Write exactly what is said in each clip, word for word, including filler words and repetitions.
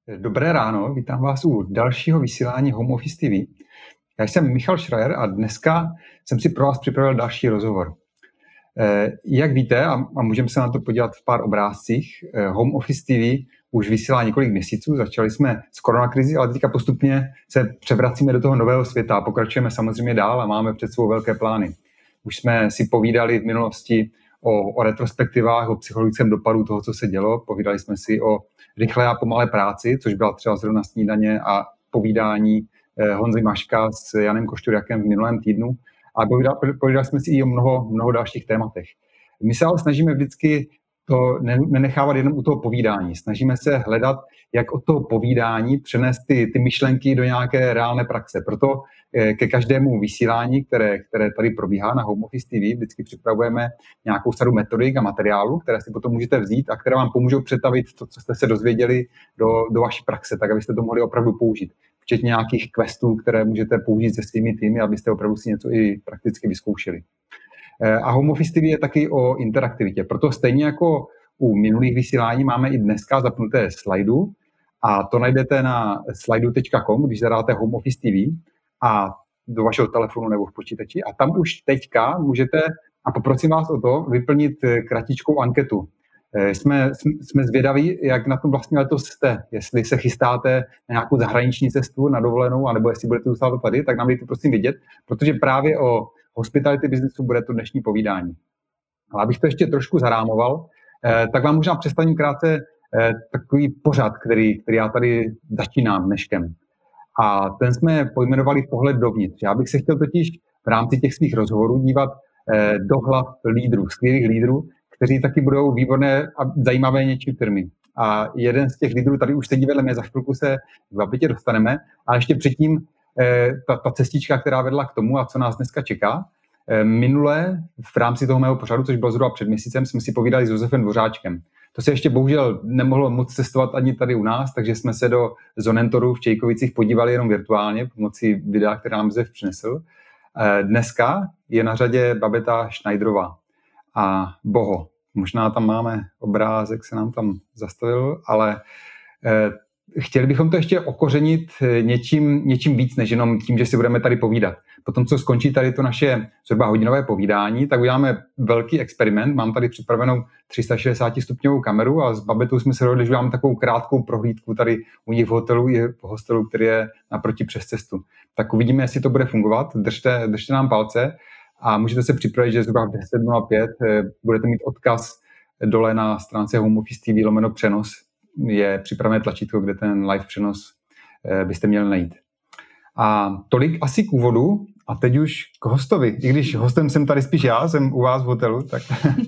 Dobré ráno, vítám vás u dalšího vysílání Home Office T V. Já jsem Michal Schreier a dneska jsem si pro vás připravil další rozhovor. Jak víte, a můžeme se na to podívat v pár obrázcích, Home Office T V už vysílá několik měsíců, začali jsme s koronakrizí, ale teďka postupně se převracíme do toho nového světa a pokračujeme samozřejmě dál a máme před sebou velké plány. Už jsme si povídali v minulosti o, o retrospektivách, o psychologickém dopadu toho, co se dělo. Povídali jsme si o rychlé a pomalé práci, což byla třeba zrovna snídaně a povídání eh, Honzy Maška s Janem Košťuriakem v minulém týdnu. A povídali, povídali jsme si i o mnoho, mnoho dalších tématech. My se ale snažíme vždycky to nenechávat jenom u toho povídání. Snažíme se hledat, jak od toho povídání přenést ty, ty myšlenky do nějaké reálné praxe. Proto ke každému vysílání, které, které tady probíhá na Home Office T V, vždycky připravujeme nějakou sadu metodik a materiálů, které si potom můžete vzít a které vám pomůžou přetavit to, co jste se dozvěděli, do, do vaší praxe, tak abyste to mohli opravdu použít. Včetně nějakých questů, které můžete použít se svými týmy, abyste opravdu si něco i prakticky vyzkoušeli. A Home Office T V je taky o interaktivitě. Proto stejně jako u minulých vysílání máme i dneska zapnuté slajdu a to najdete na slidu tečka com, když zadáte Home Office T V a do vašeho telefonu nebo v počítači a tam už teďka můžete, a poprosím vás o to, vyplnit kratičkou anketu. Jsme, jsme zvědaví, jak na tom vlastně letos jste. Jestli se chystáte na nějakou zahraniční cestu, na dovolenou, anebo jestli budete zůstat tady, tak nám dejte prosím vidět, protože právě o hospitality businessu bude to dnešní povídání. Ale abych to ještě trošku zarámoval, tak vám možná představím krátce takový pořad, který, který já tady začínám dneškem. A ten jsme pojmenovali Pohled dovnitř. Já bych se chtěl totiž v rámci těch svých rozhovorů dívat do hlav lídrů, skvělých lídrů, kteří taky budou výborné a zajímavé něčí firmy. A jeden z těch lídrů tady už sedí vedle mě, za chvilku se k Babetě dostaneme. A ještě předtím ta, ta cestička, která vedla k tomu a co nás dneska čeká. Minule v rámci toho mého pořadu, což bylo zhruba před měsícem, jsme si povídali s Josefem Dvořáčkem. To se ještě bohužel nemohlo moc cestovat ani tady u nás, takže jsme se do Zonentoru v Čejkovicích podívali jenom virtuálně pomocí videa, které nám Josef přinesl. Dneska je na řadě Babeta Schneiderová a Boho. Možná tam máme obrázek, se nám tam zastavil, ale chtěli bychom to ještě okořenit něčím, něčím víc, než jenom tím, že si budeme tady povídat. Potom, co skončí tady to naše zhruba hodinové povídání, tak uděláme velký experiment. Mám tady připravenou tři sta šedesát stupňovou kameru a s Babetou jsme se dohodli, že uděláme takovou krátkou prohlídku tady u nich v hotelu i v hostelu, který je naproti přes cestu. Tak uvidíme, jestli to bude fungovat. Držte, držte nám palce a můžete se připravit, že zhruba v deset nula pět budete mít odkaz dole na stránce Home Office T V lomeno přenos. Je připravené tlačítko, kde ten live přenos byste měli najít. A tolik asi k úvodu a teď už k hostovi. I když hostem jsem tady spíš já, jsem u vás v hotelu, tak...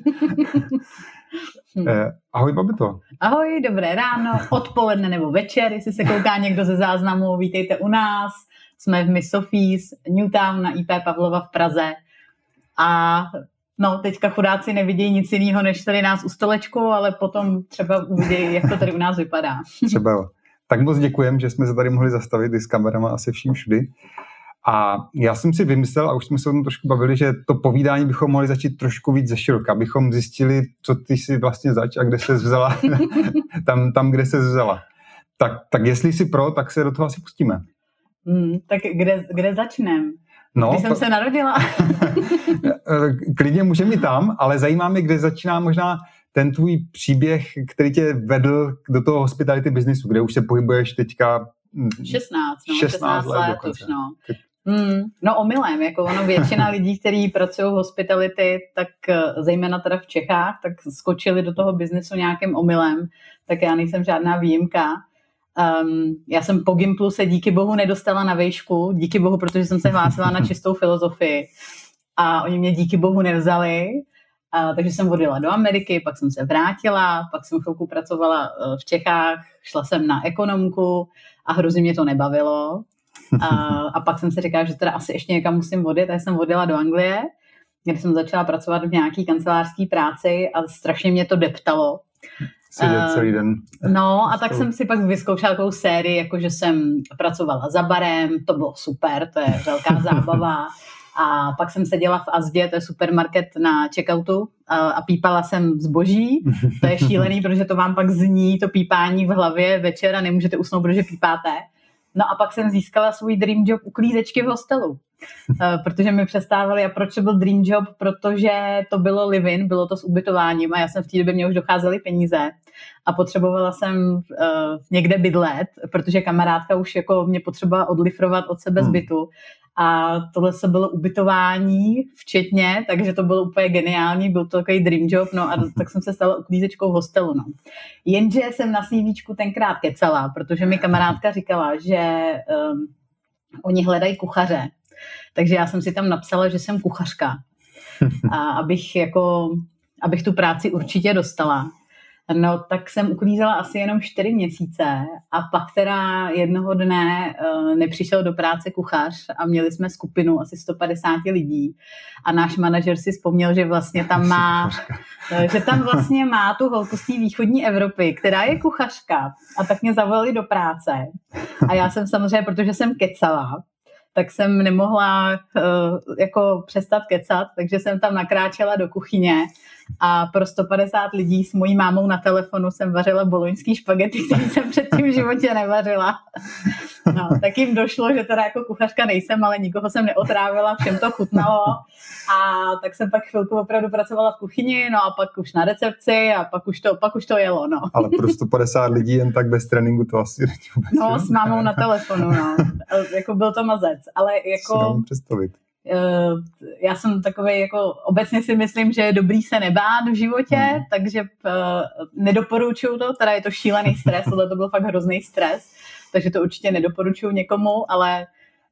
Ahoj, Babeto. Ahoj, dobré ráno, odpoledne nebo večer, jestli se kouká někdo ze záznamu, vítejte u nás. Jsme v Miss Office, Newtown na I P Pavlova v Praze a no, teďka chudáci nevidějí nic jiného, než tady nás u stolečku, ale potom třeba uvidějí, jak to tady u nás vypadá. Třeba jo. Tak moc děkujem, že jsme se tady mohli zastavit i s kamerama a se vším všudy. A já jsem si vymyslel, a už jsme se o tom trošku bavili, že to povídání bychom mohli začít trošku víc ze široka, abychom zjistili, co ty si vlastně zač a kde se vzala, tam, tam, kde se vzala. Tak, tak jestli jsi pro, tak se do toho asi pustíme. Hmm, tak kde, kde začneme? No, Když jsem to... se narodila. Klidně můžeme i tam, ale zajímá mě, kde začíná možná ten tvůj příběh, který tě vedl do toho hospitality businessu, kde už se pohybuješ teďka... šestnáct, no, šestnáct let, let už, no. Hmm, no omylem, jako ono většina lidí, kteří pracují v hospitality, tak zejména teda v Čechách, tak skočili do toho biznesu nějakým omylem, tak já nejsem žádná výjimka. Um, já jsem po Gimplu se díky bohu nedostala na vejšku, díky bohu, protože jsem se hlásila na čistou filozofii a oni mě díky bohu nevzali, uh, takže jsem odjela do Ameriky, pak jsem se vrátila, pak jsem chvilku pracovala uh, v Čechách, šla jsem na ekonomku a hrozně mě to nebavilo uh, a pak jsem si říkala, že teda asi ještě někam musím odjet, a jsem odjela do Anglie, kde jsem začala pracovat v nějaký kancelářské práci a strašně mě to deptalo. Sedět celý den. No a tak jsem si pak vyzkoušela takovou sérii, jakože jsem pracovala za barem, to bylo super, to je velká zábava. A pak jsem seděla v Azdě, to je supermarket na checkoutu, a, a pípala jsem zboží. To je šílený, protože to vám pak zní to pípání v hlavě večer a nemůžete usnout, protože pípáte. No a pak jsem získala svůj dream job uklízečky v hostelu, protože mi přestávali. A proč to byl dream job? Protože to bylo live-in, bylo to s ubytováním a já jsem v té době, mě už docházely peníze a potřebovala jsem uh, někde bydlet, protože kamarádka už jako mě potřebovala odlifrovat od sebe z bytu. A tohle se bylo ubytování včetně, takže to bylo úplně geniální, byl to takový dream job, no a tak jsem se stala uklízečkou v hostelu, no. Jenže jsem na CVčku tenkrát kecala, protože mi kamarádka říkala, že um, oni hledají kuchaře, takže já jsem si tam napsala, že jsem kuchařka a abych jako, abych tu práci určitě dostala. No, tak jsem uklízela asi jenom čtyři měsíce a pak teda jednoho dne uh, nepřišel do práce kuchař a měli jsme skupinu asi sto padesát lidí a náš manažer si vzpomněl, že vlastně tam má, že tam vlastně má tu holku z té východní Evropy, která je kuchařka a tak mě zavolali do práce a já jsem samozřejmě, protože jsem kecala, tak jsem nemohla uh, jako přestat kecat, takže jsem tam nakráčela do kuchyně a pro sto padesát lidí s mojí mámou na telefonu jsem vařila boloňský špagety, který jsem předtím v životě nevařila. No, tak jim došlo, že teda jako kuchařka nejsem, ale nikoho jsem neotrávila, všem to chutnalo a tak jsem pak chvilku opravdu pracovala v kuchyni, no a pak už na recepci a pak už to, pak už to jelo, no. Ale pro sto padesát lidí jen tak bez tréninku to asi není vůbec. No, s mámou na telefonu, no. Jako byl to mazec, ale jako... Si představit. Uh, já jsem takovej, jako obecně si myslím, že je dobrý se nebát v životě, hmm. takže uh, nedoporučuju to, teda je to šílený stres, tohle to byl fakt hrozný stres, takže to určitě nedoporučuju někomu, ale...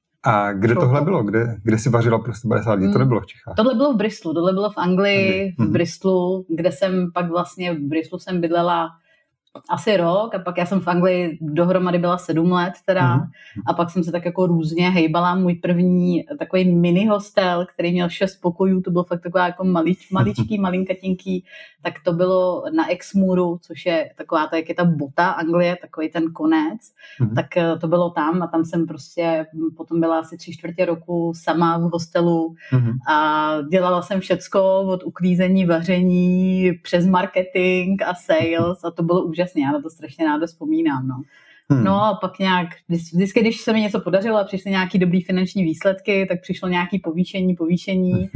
A kde tohle bylo? Kde, kde jsi vařila pro sto padesát lidí? Hmm. To nebylo v Čechách? Tohle bylo v Bristolu, tohle bylo v Anglii, hmm. v Bristolu, kde jsem pak vlastně, v Bristolu jsem bydlela asi rok a pak já jsem v Anglii dohromady byla sedm let teda mm. a pak jsem se tak jako různě hejbala. Můj první takový mini hostel, který měl šest pokojů, to byl fakt taková jako malič, maličký, malinkatinký, tak to bylo na Exmouru, což je taková, ta, jak je ta bota Anglie, takový ten konec, mm. tak to bylo tam a tam jsem prostě potom byla asi tři čtvrtě roku sama v hostelu mm. a dělala jsem všecko od uklízení, vaření přes marketing a sales a to bylo úžasné. Já na to strašně ráda vzpomínám, no. Hmm. No a pak nějak, vždycky, když se mi něco podařilo a přišly nějaký dobrý finanční výsledky, tak přišlo nějaký povýšení, povýšení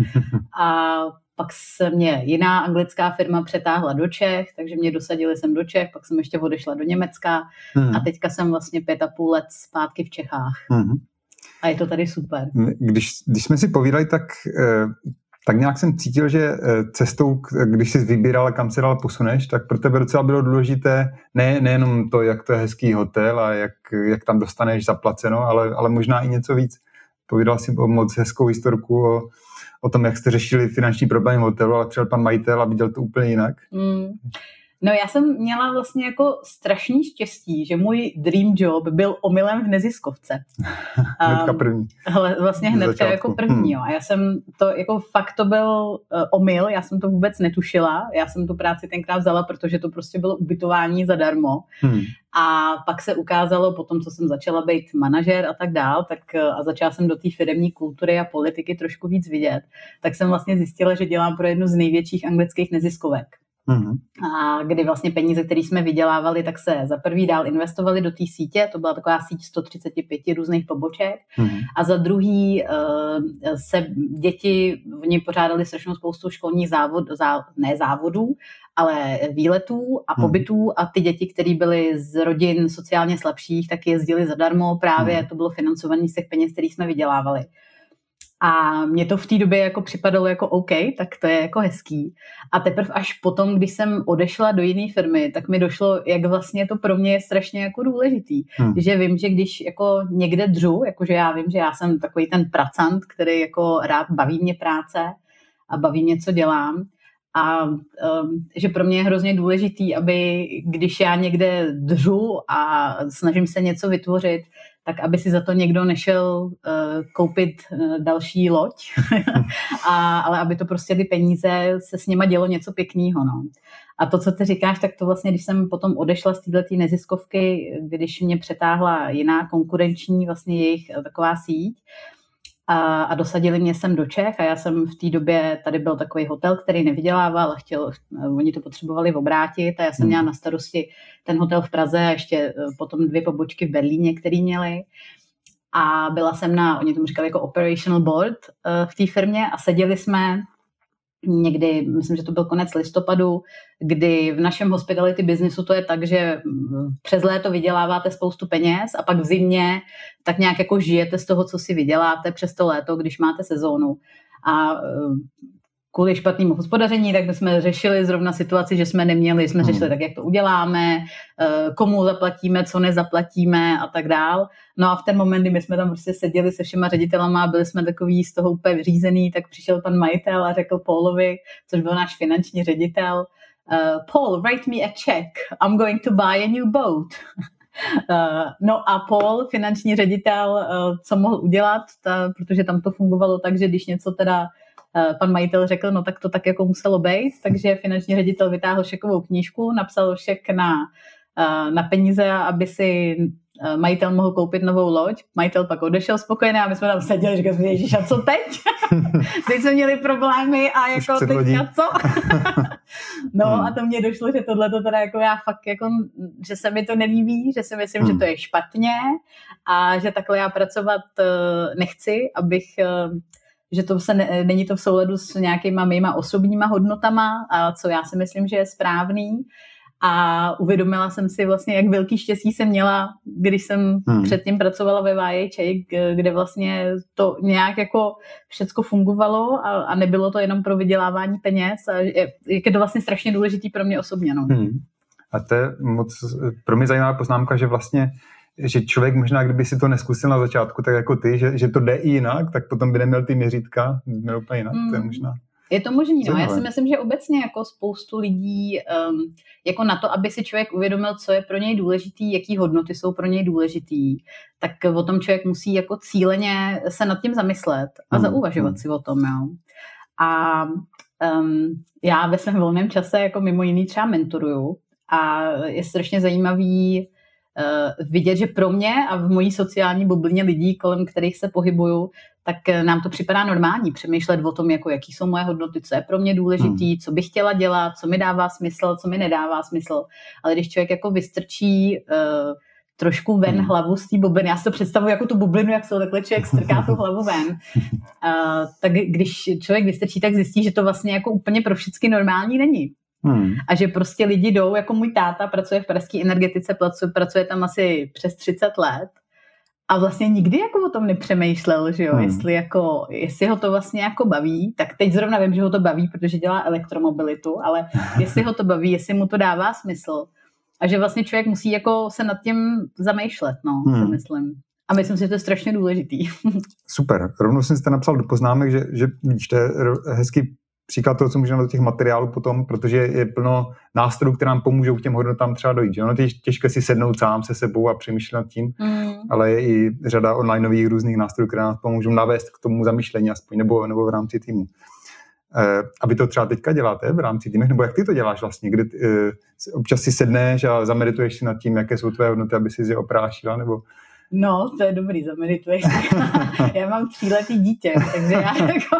a pak se mě jiná anglická firma přetáhla do Čech, takže mě dosadili sem do Čech, pak jsem ještě odešla do Německa hmm. a teďka jsem vlastně pět a půl let zpátky v Čechách. Hmm. A je to tady super. Když, když jsme si povídali, tak... Eh... Tak nějak jsem cítil, že cestou, když jsi vybírala, kam se dál posuneš, tak pro tebe docela bylo důležité ne, nejenom to, jak to je hezký hotel a jak, jak tam dostaneš zaplaceno, ale, ale možná i něco víc. Povídal jsi o moc hezkou historku o, o tom, jak jste řešili finanční problémy v hotelu, ale přijel pan majitel a viděl to úplně jinak. Mm. No já jsem měla vlastně jako strašný štěstí, že můj dream job byl omylem v neziskovce. hnedka první. Hele, vlastně hnedka jako první, jo. A já jsem to, jako fakt to byl uh, omyl, já jsem to vůbec netušila. Já jsem tu práci tenkrát vzala, protože to prostě bylo ubytování zadarmo. Hmm. A pak se ukázalo, potom co jsem začala být manažer a tak dál, tak a začala jsem do té firemní kultury a politiky trošku víc vidět, tak jsem vlastně zjistila, že dělám pro jednu z největších anglických neziskovek. Mm-hmm. A kdy vlastně peníze, které jsme vydělávali, tak se za prvý dál investovali do té sítě, to byla taková síť sto třicet pět různých poboček, mm-hmm. a za druhý uh, se děti, oni pořádali strašnou spoustu školních závod, zá, ne závodů, ale výletů a pobytů a ty děti, které byly z rodin sociálně slabších, tak jezdili zadarmo, právě mm-hmm. to bylo financované z těch peněz, které jsme vydělávali. A mně to v té době jako připadalo jako OK, tak to je jako hezký. A teprve až potom, když jsem odešla do jiné firmy, tak mi došlo, jak vlastně to pro mě je strašně jako důležitý. Hmm. Že vím, že když jako někde dřu, jakože já vím, že já jsem takový ten pracant, který jako rád baví mě práce a baví mě, co dělám. A um, že pro mě je hrozně důležitý, aby když já někde dřu a snažím se něco vytvořit, tak aby si za to někdo nešel uh, koupit uh, další loď, a, ale aby to prostě ty peníze se s nima dělo něco pěkného. No. A to, co ty říkáš, tak to vlastně, když jsem potom odešla z této neziskovky, když mě přetáhla jiná konkurenční vlastně jejich taková síť, a, a dosadili mě sem do Čech a já jsem v té době, tady byl takový hotel, který nevydělával a chtěl, oni to potřebovali obrátit a já jsem měla na starosti ten hotel v Praze a ještě potom dvě pobočky v Berlíně, který měli. A byla jsem na, oni tomu říkali jako operational board v té firmě a seděli jsme někdy, myslím, že to byl konec listopadu, kdy v našem hospitality businessu to je tak, že přes léto vyděláváte spoustu peněz a pak v zimě tak nějak jako žijete z toho, co si vyděláte přes to léto, když máte sezónu. A kvůli špatnému hospodaření, tak jsme řešili zrovna situaci, že jsme neměli, jsme řešili tak, jak to uděláme, komu zaplatíme, co nezaplatíme a tak dál. No a v ten moment, kdy my jsme tam prostě seděli se všema ředitelama a byli jsme takový z toho úplně vyřízený, tak přišel pan majitel a řekl Paulovi, což byl náš finanční ředitel, uh, Paul, write me a check, I'm going to buy a new boat. Uh, no a Paul, finanční ředitel, uh, co mohl udělat, ta, protože tam to fungovalo tak, že když něco teda pan majitel řekl, no tak to tak jako muselo být, takže finanční ředitel vytáhl šekovou knížku, napsal šek na, na peníze, aby si majitel mohl koupit novou loď. Majitel pak odešel spokojený a my jsme tam seděli, říkali jsme, ježiš, a co teď? Teď jsme měli problémy a jako teďka co? No hmm. a to mně došlo, že tohle to teda jako já fakt jako, že se mi to nelíbí, že si myslím, hmm. že to je špatně a že takhle já pracovat nechci, abych že to se ne, není to v souladu s nějakýma mýma osobníma hodnotama, a co já si myslím, že je správný. A uvědomila jsem si vlastně, jak velký štěstí jsem měla, když jsem hmm. předtím pracovala ve Y H A, kde vlastně to nějak jako všecko fungovalo a, a nebylo to jenom pro vydělávání peněz. A je, je to vlastně strašně důležitý pro mě osobně. No. Hmm. A to je moc pro mě zajímavá poznámka, že vlastně že člověk možná, kdyby si to neskusil na začátku, tak jako ty, že, že to jde i jinak, tak potom by neměl ty měřítka, měl úplně jinak, mm. to je možná. Je to možný, no. Já si myslím, že obecně jako spoustu lidí, um, jako na to, aby si člověk uvědomil, co je pro něj důležitý, jaký hodnoty jsou pro něj důležitý, tak o tom člověk musí jako cíleně se nad tím zamyslet a mm. zauvažovat mm. si o tom, jo. A um, já ve svém volném čase jako mimo jiný třeba mentoruju a je strašně zajímavý Uh, vidět, že pro mě a v mojí sociální bublině lidí, kolem kterých se pohybuju, tak nám to připadá normální přemýšlet o tom, jako jaký jsou moje hodnoty, co je pro mě důležitý, hmm. co bych chtěla dělat, co mi dává smysl, co mi nedává smysl. Ale když člověk jako vystrčí uh, trošku ven hmm. hlavu z té bubliny, já si to představuji jako tu bublinu, jak se takhle člověk strká tu hlavu ven, uh, tak když člověk vystrčí, tak zjistí, že to vlastně jako úplně pro všechny normální není. Hmm. A že prostě lidi jdou, jako můj táta pracuje v pražské energetice, pracuje, pracuje tam asi přes třicet let a vlastně nikdy jako o tom nepřemýšlel, že jo, hmm. jestli, jako, jestli ho to vlastně jako baví, tak teď zrovna vím, že ho to baví, protože dělá elektromobilitu, ale jestli ho to baví, jestli mu to dává smysl a že vlastně člověk musí jako se nad tím zamýšlet, no, hmm. si myslím. A myslím si, že to je strašně důležitý. Super, rovnou jsem si to napsal do poznámek, že, že víš, to je hezký příklad toho, co můžeme do těch materiálů potom, protože je plno nástrojů, které nám pomůžou k těm hodnotám třeba dojít. Že? Ono je těžké si sednout sám se sebou a přemýšlet nad tím, mm. ale je i řada onlineových různých nástrojů, které nás pomůžou navést k tomu zamýšlení aspoň, nebo, nebo v rámci týmu. Eh, a vy to třeba teďka děláte v rámci týmu, nebo jak ty to děláš vlastně, kdy eh, občas si sedneš a zamedituješ si nad tím, jaké jsou tvé hodnoty, aby si je oprášila, nebo... No, to je dobrý, zamedituješ. Já mám tříletý dítě, takže já, jako,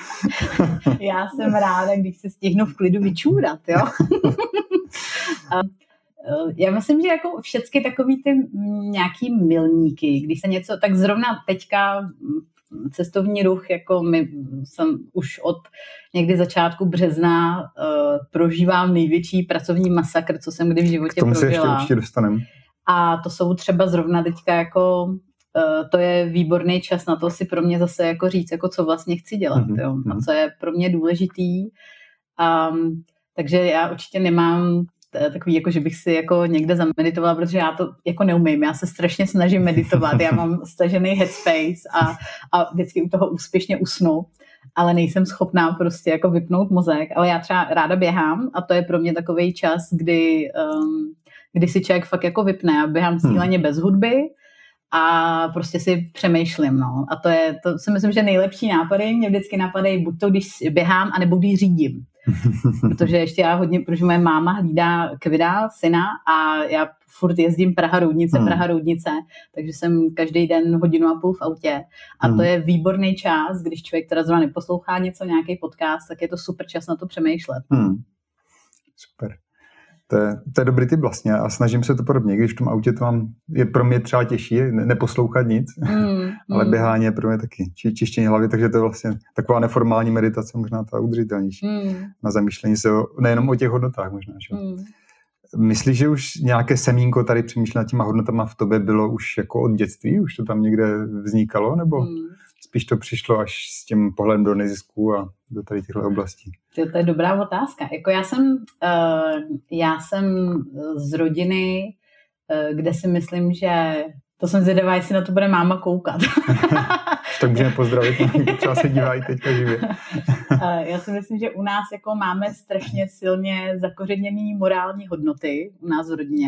já jsem ráda, když se stihnu v klidu vyčůrat, jo. Já myslím, že jako všechny takový ty nějaký milníky, když se něco, tak zrovna teďka cestovní ruch, jako my jsem už od někdy začátku března uh, prožívám největší pracovní masakr, co jsem kdy v životě prožila. K tomu se ještě určitě dostaneme. A to jsou třeba zrovna teďka jako, uh, to je výborný čas na to si pro mě zase jako říct, jako co vlastně chci dělat, mm-hmm. jo, a co je pro mě důležitý. Um, takže já určitě nemám takový, jako že bych si jako někde zameditovala, protože já to jako neumím, já se strašně snažím meditovat, já mám stažený headspace a, a vždycky u toho úspěšně usnu, ale nejsem schopná prostě jako vypnout mozek, ale já třeba ráda běhám a to je pro mě takovej čas, kdy um, kdy si člověk fakt jako vypne a běhám cíleně hmm. bez hudby a prostě si přemýšlím, no. A to je, to si myslím, že nejlepší nápady mě vždycky napadají buď to, když běhám, anebo když řídím. Protože ještě já hodně, protože moje máma hlídá Kvida, syna, a já furt jezdím Praha-Roudnice, hmm. Praha-Roudnice, takže jsem každý den hodinu a půl v autě a hmm. to je výborný čas, když člověk teda zrovna neposlouchá něco, nějaký podcast, tak je to super čas na to přemýšlet. Hmm. Super. To je, to je dobrý typ vlastně a snažím se to podobně, když v tom autě to mám, je pro mě třeba těžší ne, neposlouchat nic, mm, ale mm. běhání je pro mě taky či, čištění hlavy, takže to je vlastně taková neformální meditace, možná ta udržitelnější mm. na zamýšlení se o, nejenom o těch hodnotách možná. Že? Mm. Myslíš, že už nějaké semínko tady přemýšlet nad těma hodnotama v tobě bylo už jako od dětství? Už to tam někde vznikalo? Nebo mm. spíš to přišlo až s tím pohledem do nezisku a do tady těchto oblastí? To, to je dobrá otázka. Jako já jsem, uh, já jsem z rodiny, uh, kde si myslím, že to jsem zvědavá, jestli na to bude máma koukat. Tak můžeme pozdravit, třeba se dívají teďka živě. uh, já si myslím, že u nás jako máme strašně silně zakořeněné morální hodnoty u nás v rodině.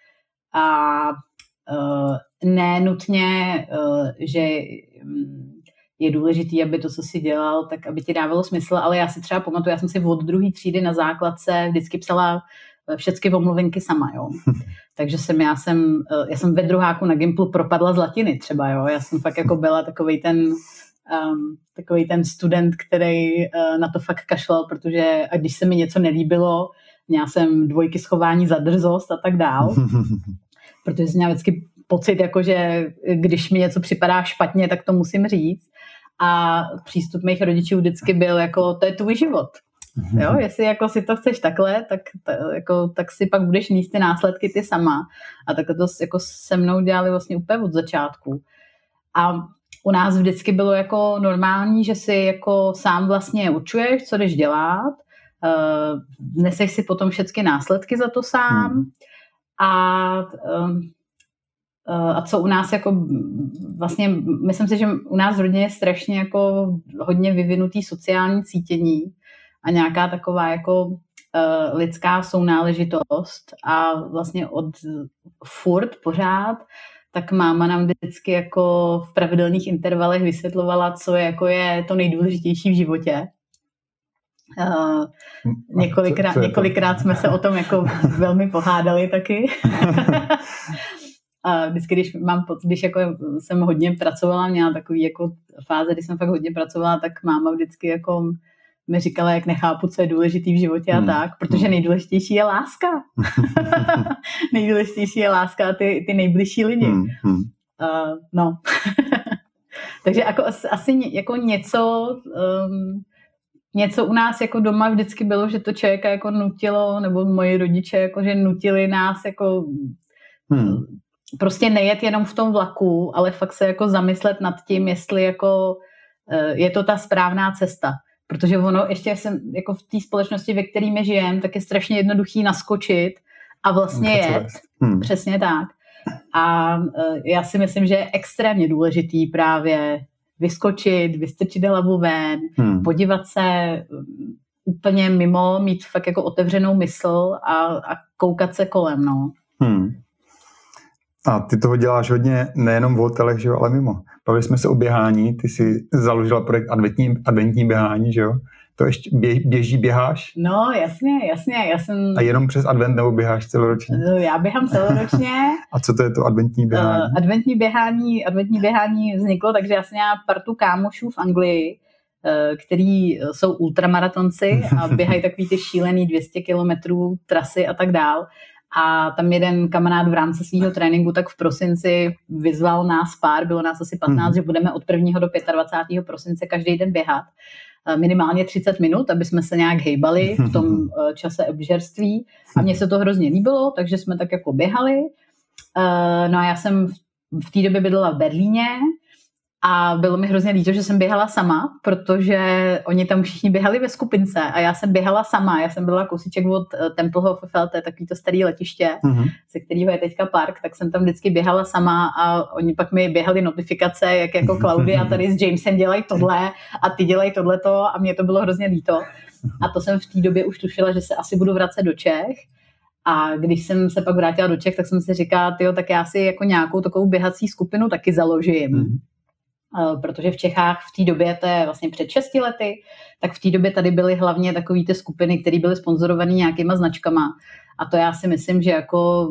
A uh, ne nutně, uh, že um, je důležitý, aby to, co si dělal, tak aby ti dávalo smysl, ale já si třeba pamatuju, já jsem si od druhé třídy na základce vždycky psala všechny omluvenky sama, jo. Takže jsem, já jsem, já jsem ve druháku na Gimplu propadla z latiny třeba, jo. Já jsem fakt jako byla takovej ten, um, takovej ten student, který uh, na to fakt kašlal, protože a když se mi něco nelíbilo, měla jsem dvojky schování za drzost a tak dál, protože jsem měla vždycky pocit, jako, že když mi něco připadá špatně, tak to musím říct. A přístup mých rodičů vždycky byl jako, to je tvůj život. Jo? Jestli jako si to chceš takhle, tak, t- jako, tak si pak budeš nést ty následky ty sama. A takhle to jako se mnou dělali vlastně úplně od začátku. A u nás vždycky bylo jako normální, že si jako sám vlastně určuješ, co jdeš dělat, uh, neseš si potom všechny následky za to sám. Hmm. A uh, a co u nás jako vlastně, myslím si, že u nás v rodině je strašně jako hodně vyvinutý sociální cítění a nějaká taková jako uh, lidská sounáležitost a vlastně od furt pořád, tak máma nám vždycky jako v pravidelných intervalech vysvětlovala, co je, jako je to nejdůležitější v životě. Uh, několikrát, několikrát jsme se o tom jako velmi pohádali taky. A vždycky, když mám, když jako jsem hodně pracovala, měla takový jako fáze, kdy jsem fakt hodně pracovala, tak máma vždycky jako mi říkala, jak nechápu, co je důležitý v životě a hmm. tak, protože nejdůležitější je láska. Nejdůležitější je láska a ty, ty nejbližší lidi. Hmm. Uh, no. Takže jako, asi jako něco, um, něco u nás jako doma vždycky bylo, že to člověka jako nutilo, nebo moji rodiče jako, že nutili nás jako hmm. prostě nejet jenom v tom vlaku, ale fakt se jako zamyslet nad tím, jestli jako je to ta správná cesta. Protože ono ještě jsem jako v té společnosti, ve které my žijeme, tak je strašně jednoduchý naskočit a vlastně jet. Hmm. Přesně tak. A já si myslím, že je extrémně důležitý právě vyskočit, vystrčit hlavu ven, hmm. podívat se úplně mimo, mít fakt jako otevřenou mysl a, a koukat se kolem, no. Hmm. A ty toho děláš hodně nejenom v hotelech, že jo, ale mimo. Bavili jsme se o běhání, ty jsi založila projekt adventní, adventní běhání, že jo? To ještě bě, běží, běháš? No, jasně, jasně. Já jsem... A jenom přes advent nebo běháš celoročně? Já běhám celoročně. A co to je to adventní běhání? Uh, adventní běhání? Adventní běhání vzniklo, takže já jsem měla partu kámošů v Anglii, uh, který jsou ultramaratonci a běhají takový ty šílený dvě stě kilometrů trasy a tak dál. A tam jeden kamarád v rámci svého tréninku tak v prosinci vyzval nás pár, bylo nás asi patnáct, mm. že budeme od prvního do dvacátého pátého prosince každý den běhat. Minimálně třicet minut, aby jsme se nějak hejbali v tom čase obžerství. A mně se to hrozně líbilo, takže jsme tak jako běhali. No a já jsem v té době bydlela v Berlíně a bylo mi hrozně líto, že jsem běhala sama, protože oni tam všichni běhali ve skupince a já jsem běhala sama. Já jsem byla kousíček od Tempelhof-Feld, to je takový to starý letiště, mm-hmm. ze kterého je teďka park, tak jsem tam vždycky běhala sama a oni pak mi běhali notifikace, jak jako Claudia tady s Jamesem dělají tohle a ty dělají tohleto a mě to bylo hrozně líto. A to jsem v té době už tušila, že se asi budu vracet do Čech. A když jsem se pak vrátila do Čech, tak jsem si říkala, tyjo, tak já si jako nějakou takovou běhací skupinu taky založím. Mm-hmm. protože v Čechách v té době, to je vlastně před šesti lety, tak v té době tady byly hlavně takové ty skupiny, které byly sponzorované nějakýma značkama. A to já si myslím, že jako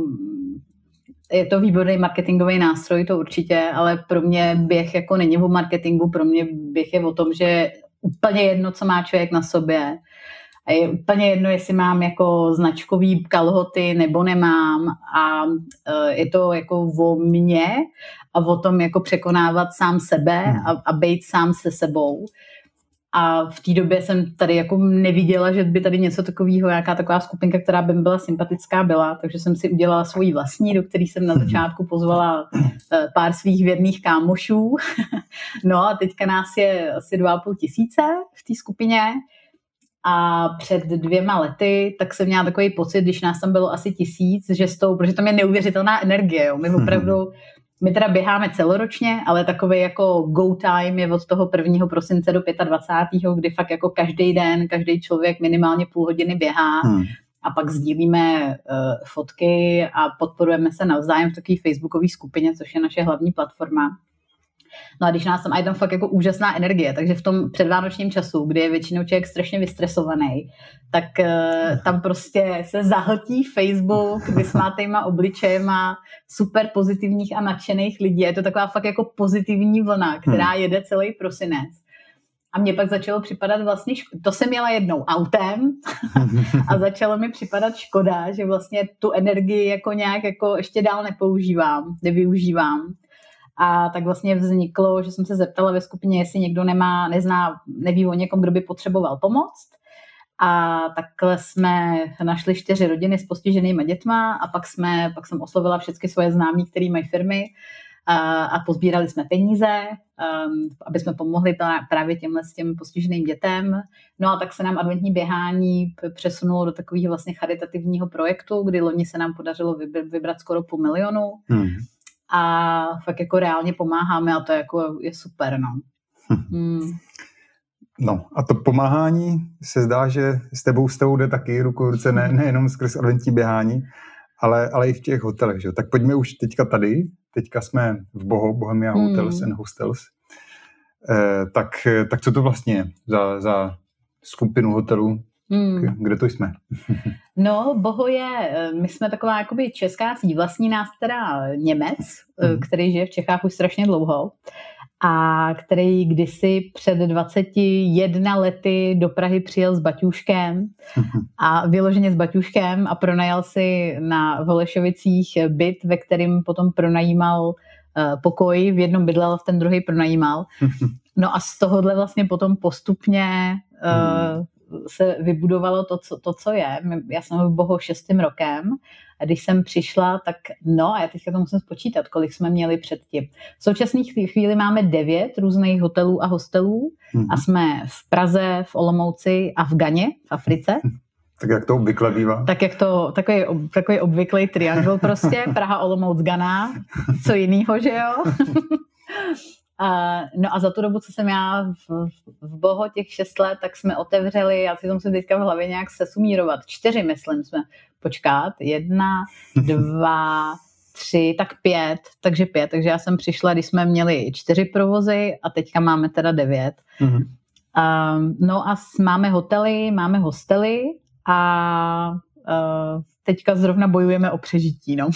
je to výborný marketingový nástroj, to určitě, ale pro mě běh jako není o marketingu, pro mě běh je o tom, že úplně jedno, co má člověk na sobě. A je úplně jedno, jestli mám jako značkový kalhoty nebo nemám. A je to jako o mně a o tom jako překonávat sám sebe a, a být sám se sebou. A v té době jsem tady jako neviděla, že by tady něco takového, nějaká taková skupinka, která by mi byla sympatická, byla, takže jsem si udělala svoji vlastní, do které jsem na začátku pozvala pár svých věrných kámošů. No a teďka nás je asi dva a půl tisíce v té skupině. A před dvěma lety, tak jsem měla takový pocit, když nás tam bylo asi tisíc, že s tou, protože tam je neuvěřitelná energie. Jo. My opravdu, my teda běháme celoročně, ale takový jako go time je od toho prvního prosince do dvacátého pátého kdy fakt jako každý den, každý člověk minimálně půl hodiny běhá hmm. a pak sdílíme uh, fotky a podporujeme se navzájem v takové facebookové skupině, což je naše hlavní platforma. No a když nás tam, a je tam fakt jako úžasná energie, takže v tom předvánočním času, kdy je většinou člověk strašně vystresovaný, tak uh, tam prostě se zahltí Facebook vysmátejma obličejema super pozitivních a nadšených lidí. Je to taková fakt jako pozitivní vlna, která jede celý prosinec. A mně pak začalo připadat vlastně, ško- to jsem jela jednou autem a začalo mi připadat škoda, že vlastně tu energii jako nějak jako ještě dál nepoužívám, nevyužívám. A tak vlastně vzniklo, že jsem se zeptala ve skupině, jestli někdo nemá, nezná, neví o někom, kdo by potřeboval pomoct. A takhle jsme našli čtyři rodiny s postiženýma dětma a pak, jsme, pak jsem oslovila všechny svoje známí, který mají firmy a, a pozbírali jsme peníze, um, aby jsme pomohli právě těmhle s těm postiženým dětem. No a tak se nám adventní běhání přesunulo do takového vlastně charitativního projektu, kdy loni se nám podařilo vybrat skoro půl milionu. Hmm. A fakt jako reálně pomáháme a to jako je super, no. Hmm. No a to pomáhání se zdá, že s tebou s tebou jde taky ruku v ruce, ne, nejenom skrz adventní běhání, ale, ale i v těch hotelech, že? Tak pojďme už teďka tady, teďka jsme v Boho, Bohemia hmm. Hotels and Hostels. Eh, tak, tak co to vlastně je za, za skupinu hotelů? Hmm. Kde to jsme? No, Boho je, my jsme taková jakoby česká síť, vlastní nás teda Němec, hmm. který žije v Čechách už strašně dlouho a který kdysi před dvaceti jedna lety do Prahy přijel s baťůškem a vyloženě s baťůškem a pronajal si na Holešovicích byt, ve kterým potom pronajímal pokoj, v jednom bydlel, v ten druhý pronajímal. No a z tohohle vlastně potom postupně hmm. se vybudovalo to co, to, co je. Já jsem v Bohu šestým rokem a když jsem přišla, tak no a já teďka to musím spočítat, kolik jsme měli předtím. V současné chvíli máme devět různých hotelů a hostelů mm-hmm. a jsme v Praze, v Olomouci a v Ghaně, v Africe. Tak jak to obvykle bývá. Tak jak to, takový, takový obvyklý triangl prostě, Praha, Olomouc, Ghana, co jinýho, že jo? Uh, no a za tu dobu, co jsem já v, v Boho těch šest let, tak jsme otevřeli, já si to musím teďka v hlavě nějak sesumírovat, čtyři, myslím, jsme počkat, jedna, dva, tři, tak pět, takže pět, takže já jsem přišla, když jsme měli čtyři provozy a teďka máme teda devět. Mm-hmm. Uh, no a máme hotely, máme hostely a uh, teďka zrovna bojujeme o přežití, no.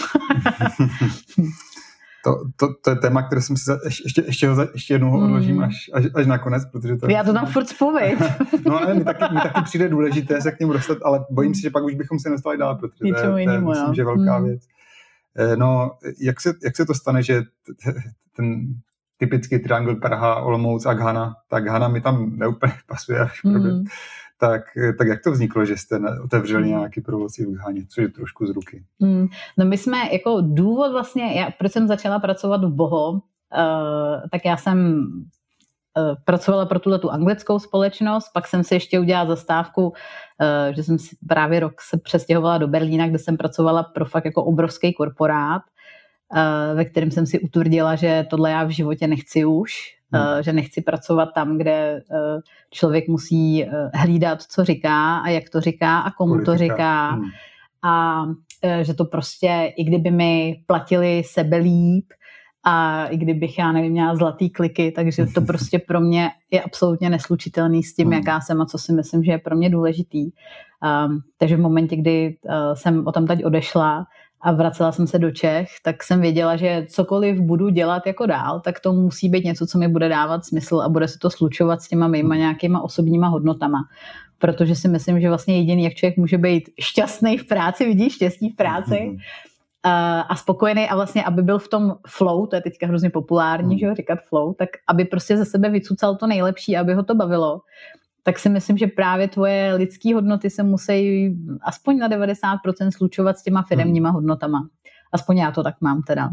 To, to, to je téma, které jsem si za, ještě, ještě, ještě jednou ho odložím až, až, až nakonec, protože to... Já to tam furt vzpomín. No ale mi taky, mi taky přijde důležité se k němu dostat, ale bojím se, že pak už bychom se dostali dál, protože to je, to je myslím, že velká věc. No, jak se, jak se to stane, že ten typický triangl Praha, Olomouc a Ghana, tak Ghana mi tam neúplně pasuje až mm. Tak, tak jak to vzniklo, že jste otevřeli mm. nějaký provoz v Ghaně, což je trošku z ruky? Mm. No my jsme, jako důvod vlastně, já, proč jsem začala pracovat v Boho, uh, tak já jsem uh, pracovala pro tuhletu anglickou společnost, pak jsem si ještě udělala zastávku, uh, že jsem si právě rok se přestěhovala do Berlína, kde jsem pracovala pro fakt jako obrovský korporát, uh, ve kterém jsem si utvrdila, že tohle já v životě nechci už, Hmm. že nechci pracovat tam, kde člověk musí hlídat, co říká a jak to říká a komu Politika. to říká. Hmm. A že to prostě, i kdyby mi platili sebe líp a i kdybych, já nevím, měla zlatý kliky, takže to prostě pro mě je absolutně neslučitelný s tím, jaká jsem a co si myslím, že je pro mě důležitý. Um, takže v momentě, kdy uh, jsem o tam teď odešla a vracela jsem se do Čech, tak jsem věděla, že cokoliv budu dělat jako dál, tak to musí být něco, co mi bude dávat smysl a bude se to slučovat s těma mýma nějakýma osobníma hodnotama. Protože si myslím, že vlastně jediný, jak člověk může být šťastný v práci, vidíš, štěstí v práci, a spokojený a vlastně, aby byl v tom flow, to je teďka hrozně populární, mm. že jo, říkat flow, tak aby prostě ze sebe vycucal to nejlepší, aby ho to bavilo, tak si myslím, že právě tvoje lidský hodnoty se musí aspoň na devadesát procent slučovat s těma firemníma mm. hodnotama. Aspoň já to tak mám teda.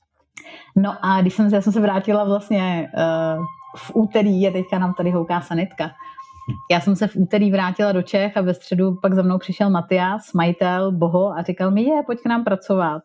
No a když jsem se, já jsem se vrátila vlastně uh, v úterý, je teďka nám tady houká sanitka, já jsem se v úterý vrátila do Čech a ve středu pak za mnou přišel Matias, majitel Boho a říkal mi, je, pojď k nám pracovat.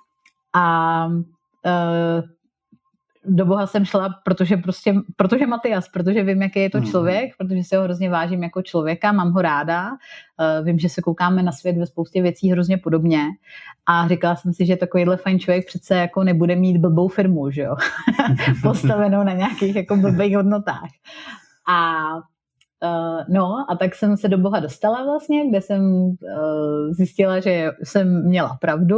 A uh, do Boha jsem šla, protože prostě, protože Matias, protože vím, jaký je to člověk, protože se ho hrozně vážím jako člověka, mám ho ráda, uh, vím, že se koukáme na svět ve spoustě věcí hrozně podobně a říkala jsem si, že takovýhle fajn člověk přece jako nebude mít blbou firmu, že jo, postavenou na nějakých jako blbých hodnotách. A Uh, no a tak jsem se do Boha dostala vlastně, kde jsem uh, zjistila, že jsem měla pravdu.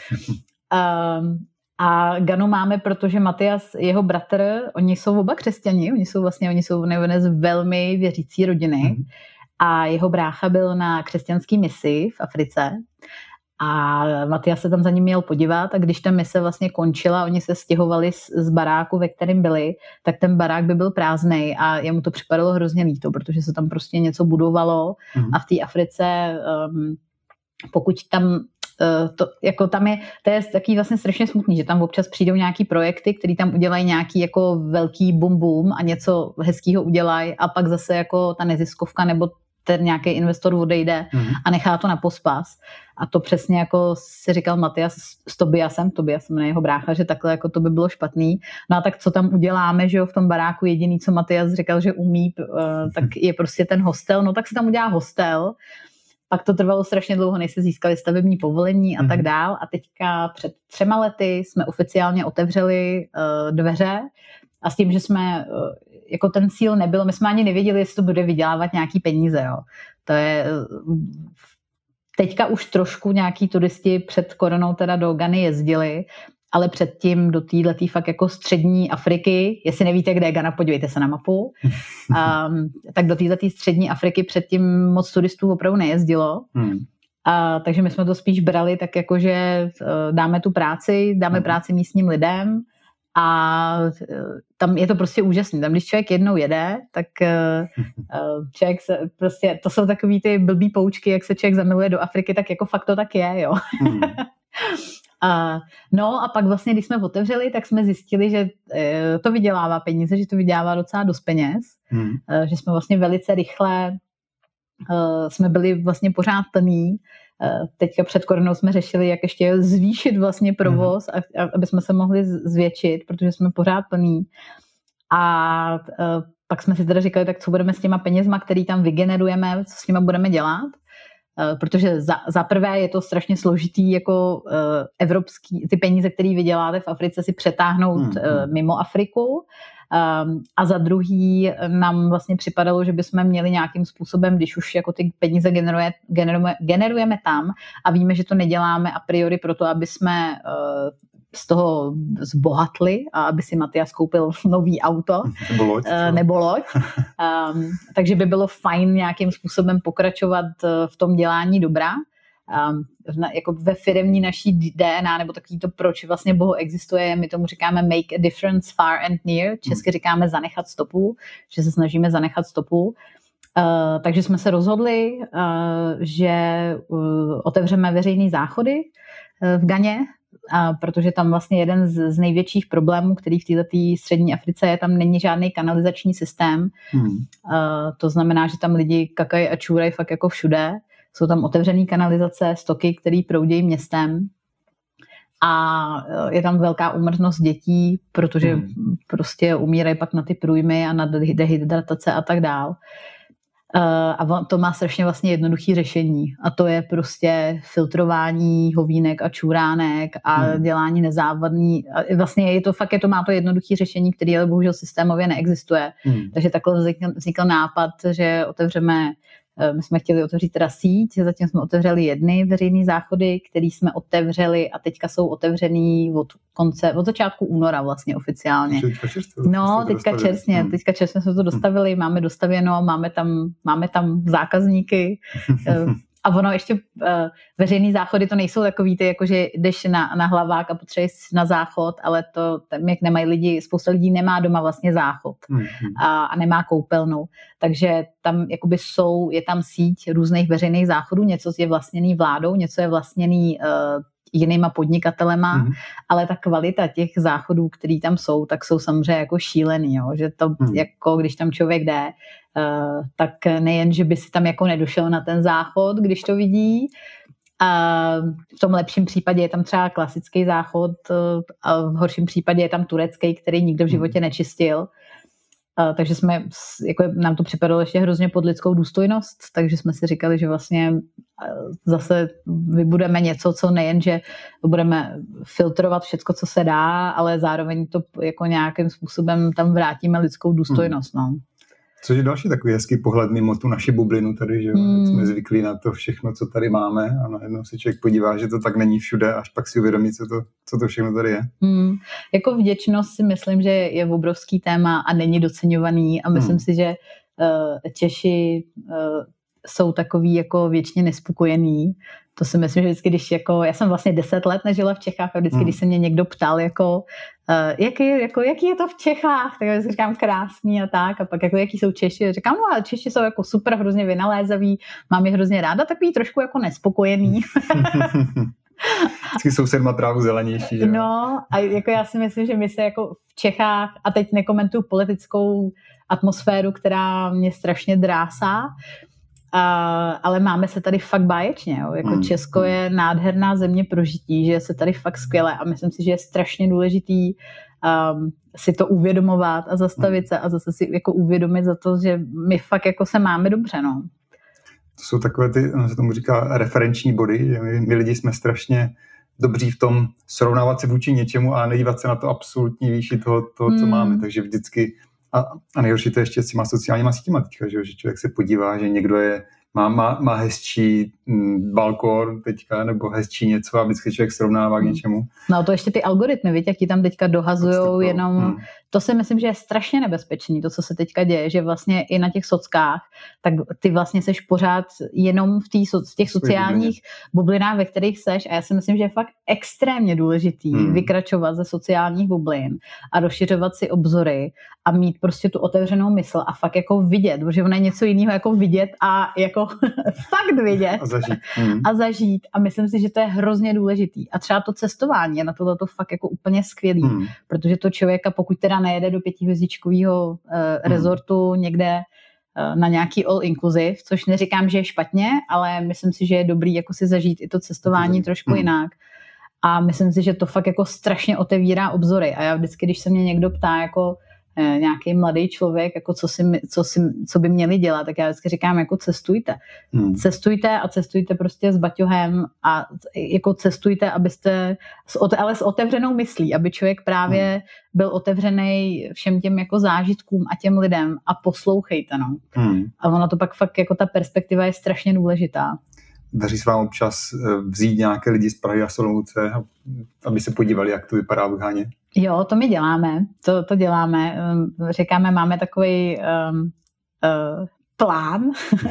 Uh, a Ganu máme, protože Matias, jeho bratr, oni jsou oba křesťani, oni jsou vlastně, oni jsou z velmi věřící rodiny mm. a jeho brácha byl na křesťanský misi v Africe a Matias se tam za ním měl podívat a když ta mise vlastně končila, oni se stěhovali z, z baráku, ve kterém byli, tak ten barák by byl prázdnej a jemu to připadalo hrozně líto, protože se tam prostě něco budovalo mm. a v té Africe, um, pokud tam uh, to, jako tam je, to je taky vlastně strašně smutný, že tam občas přijdou nějaký projekty, který tam udělají nějaký jako velký bum bum a něco hezkýho udělají a pak zase jako ta neziskovka nebo ten nějaký investor odejde mm. a nechá to na pospas. A to přesně jako si říkal Matias s Tobiasem, Tobias jmenuje jeho brácha, že takhle jako to by bylo špatný. No a tak co tam uděláme, že jo, v tom baráku jediný, co Matias říkal, že umí, tak je prostě ten hostel, no tak se tam udělá hostel. Pak to trvalo strašně dlouho, než se získali stavební povolení a mm. tak dál. A teďka před třema lety jsme oficiálně otevřeli uh, dveře a s tím, že jsme uh, jako ten cíl nebyl, my jsme ani nevěděli, jestli to bude vydělávat nějaký peníze, jo. To je teďka už trošku nějaký turisti před koronou teda do Gany jezdili, ale předtím do této fakt jako střední Afriky, jestli nevíte, kde je Gana, podívejte se na mapu, um, tak do této střední Afriky předtím moc turistů opravdu nejezdilo. Hmm. A, takže my jsme to spíš brali tak jako, že uh, dáme tu práci, dáme hmm. práci místním lidem, a tam je to prostě úžasný. Tam, když člověk jednou jede, tak uh, člověk se prostě, to jsou takový ty blbý poučky, jak se člověk zamiluje do Afriky, tak jako fakt to tak je, jo. Mm. uh, no a pak vlastně, když jsme otevřeli, tak jsme zjistili, že uh, to vydělává peníze, že to vydělává docela dost peněz, mm. uh, že jsme vlastně velice rychle uh, jsme byli vlastně pořád plný. Teďka před koronou jsme řešili, jak ještě zvýšit vlastně provoz, mm. a, a, aby jsme se mohli zvětšit, protože jsme pořád plní. A, a pak jsme si teda říkali, tak co budeme s těma penězma, který tam vygenerujeme, co s nima budeme dělat. A, protože za, za prvé je to strašně složitý jako uh, evropský, ty peníze, které vyděláte v Africe, si přetáhnout mm. uh, mimo Afriku. Um, a za druhý nám vlastně připadalo, že bychom měli nějakým způsobem, když už jako ty peníze generuje, generujeme, generujeme tam a víme, že to neděláme a priori proto, aby jsme uh, z toho zbohatli a aby si Matias koupil nový auto nebo loď. Uh, nebo loď. Um, takže by bylo fajn nějakým způsobem pokračovat v tom dělání dobra. Um, jako ve firemní naší D N A, nebo takový to, proč vlastně Boho existuje, my tomu říkáme make a difference far and near, česky říkáme zanechat stopu, že se snažíme zanechat stopu. Uh, takže jsme se rozhodli, uh, že uh, otevřeme veřejné záchody uh, v Ganě, uh, protože tam vlastně jeden z, z největších problémů, který v této střední Africe je, tam není žádný kanalizační systém. Hmm. Uh, to znamená, že tam lidi kakají a čůrají fakt jako všude. Jsou tam otevřené kanalizace, stoky, které proudí městem a je tam velká úmrtnost dětí, protože mm. prostě umírají pak na ty průjmy a na dehydratace a tak dál. A to má strašně vlastně jednoduché řešení. A to je prostě filtrování hovínek a čuránek a hmm. dělání nezávadný. A vlastně je to fakt, je to, má to jednoduché řešení, které ale bohužel systémově neexistuje. Hmm. Takže takhle vznikl, vznikl nápad, že otevřeme, my jsme chtěli otevřít teda síť, zatím jsme otevřeli jedny veřejné záchody, které jsme otevřeli a teďka jsou otevřený od konce, od začátku února vlastně oficiálně. Teďka čerstvě, no, teďka čerstvě, hmm. teďka čerstvě jsme to dostavili, hmm. máme dostavěno, máme tam, máme tam zákazníky. A ono ještě uh, veřejný záchody to nejsou takový ty, jakože jdeš na, na hlavák a potřebuješ na záchod, ale to tam, jak nemají lidi, spousta lidí nemá doma vlastně záchod mm-hmm. a, a nemá koupelnu. Takže tam jakoby jsou, je tam síť různých veřejných záchodů, něco je vlastněný vládou, něco je vlastněný uh, jinýma podnikatelema, mm-hmm. ale ta kvalita těch záchodů, který tam jsou, tak jsou samozřejmě jako šílený, jo? Že to mm. jako, když tam člověk jde, uh, tak nejen, že by si tam jako nedošel na ten záchod, když to vidí, a v tom lepším případě je tam třeba klasický záchod a v horším případě je tam turecký, který nikdo v životě nečistil. Uh, takže jsme, jako nám to připadalo ještě hrozně pod lidskou důstojnost, takže jsme si říkali, že vlastně uh, zase vybudeme něco, co nejen, že budeme filtrovat všecko, co se dá, ale zároveň to jako nějakým způsobem tam vrátíme lidskou důstojnost. Hmm. No. Což je další takový hezký pohled mimo tu naši bublinu tady, že hmm. jsme zvyklí na to všechno, co tady máme a najednou se člověk podívá, že to tak není všude, až pak si uvědomí, co to, co to všechno tady je. Hmm. Jako vděčnost si myslím, že je obrovský téma a není doceňovaný a myslím hmm. si, že uh, Češi uh, jsou takový jako věčně nespokojení. To si myslím, že vždycky, když jako, já jsem vlastně deset let nežila v Čechách a vždycky, hmm. když se mě někdo ptal, jako, uh, jaký, jako, jaký je to v Čechách, tak já si říkám krásný a tak, a pak jako, jaký jsou Češi, a říkám, no ale Češi jsou jako super, hrozně vynalézaví, mám je hrozně ráda, takový trošku jako nespokojený. Vždycky soused má trávu zelenější. Že? No a jako já si myslím, že my se jako v Čechách, a teď nekomentuju politickou atmosféru, která mě strašně drásá, Uh, ale máme se tady fakt báječně. Jo. Jako mm. Česko je nádherná země pro žití, že je se tady fakt skvěle a myslím si, že je strašně důležitý um, si to uvědomovat a zastavit mm. se a zase si jako uvědomit za to, že my fakt jako se máme dobře. No. To jsou takové ty, ono se tomu říká referenční body, že my, my lidi jsme strašně dobří v tom srovnávat se vůči něčemu a nedívat se na to absolutní výši toho, toho co mm. máme, takže vždycky A, a nejhorší to ještě s těma sociálníma sítěma teďka, že, že člověk se podívá, že někdo je, má, má, má hezčí m, balkón teďka, nebo hezčí něco a vždycky člověk srovnává k něčemu. No to ještě ty algoritmy, víte, jak ti tam teďka dohazujou jenom, hmm. to si myslím, že je strašně nebezpečný, to, co se teďka děje, že vlastně i na těch sockách, tak ty vlastně seš pořád jenom v, tý, v těch sociálních bublinách, ve kterých seš a já si myslím, že je fakt extrémně důležitý hmm. vykračovat ze sociálních bublin a rozšiřovat si obzory a mít prostě tu otevřenou mysl a fakt jako vidět, protože ono je něco jiného jako vidět a jako fakt vidět a zažít. Hmm. a zažít a myslím si, že to je hrozně důležitý a třeba to cestování je na tohle to fakt jako úplně skvělý, hmm. protože to člověka, pokud teda nejede do pětihvězdičkového uh, rezortu hmm. někde uh, na nějaký all inclusive, což neříkám, že je špatně, ale myslím si, že je dobrý jako si zažít i to cestování hmm. trošku hmm. jinak. A myslím si, že to fakt jako strašně otevírá obzory a já vždycky, když se mě někdo ptá jako nějaký mladý člověk, jako co, si, co, si, co by měli dělat, tak já vždycky říkám, jako cestujte. Hmm. Cestujte a cestujte prostě s baťohem a jako cestujte, abyste, ale s otevřenou myslí, aby člověk právě hmm. byl otevřený všem těm jako zážitkům a těm lidem a poslouchejte, no. Hmm. A ono to pak fakt, jako ta perspektiva je strašně důležitá. Daří se vám občas vzít nějaké lidi z Prahy a Olomouce, aby se podívali, jak to vypadá v Ghaně? Jo, to my děláme, to, to děláme. Říkáme, máme takový um, uh, plán,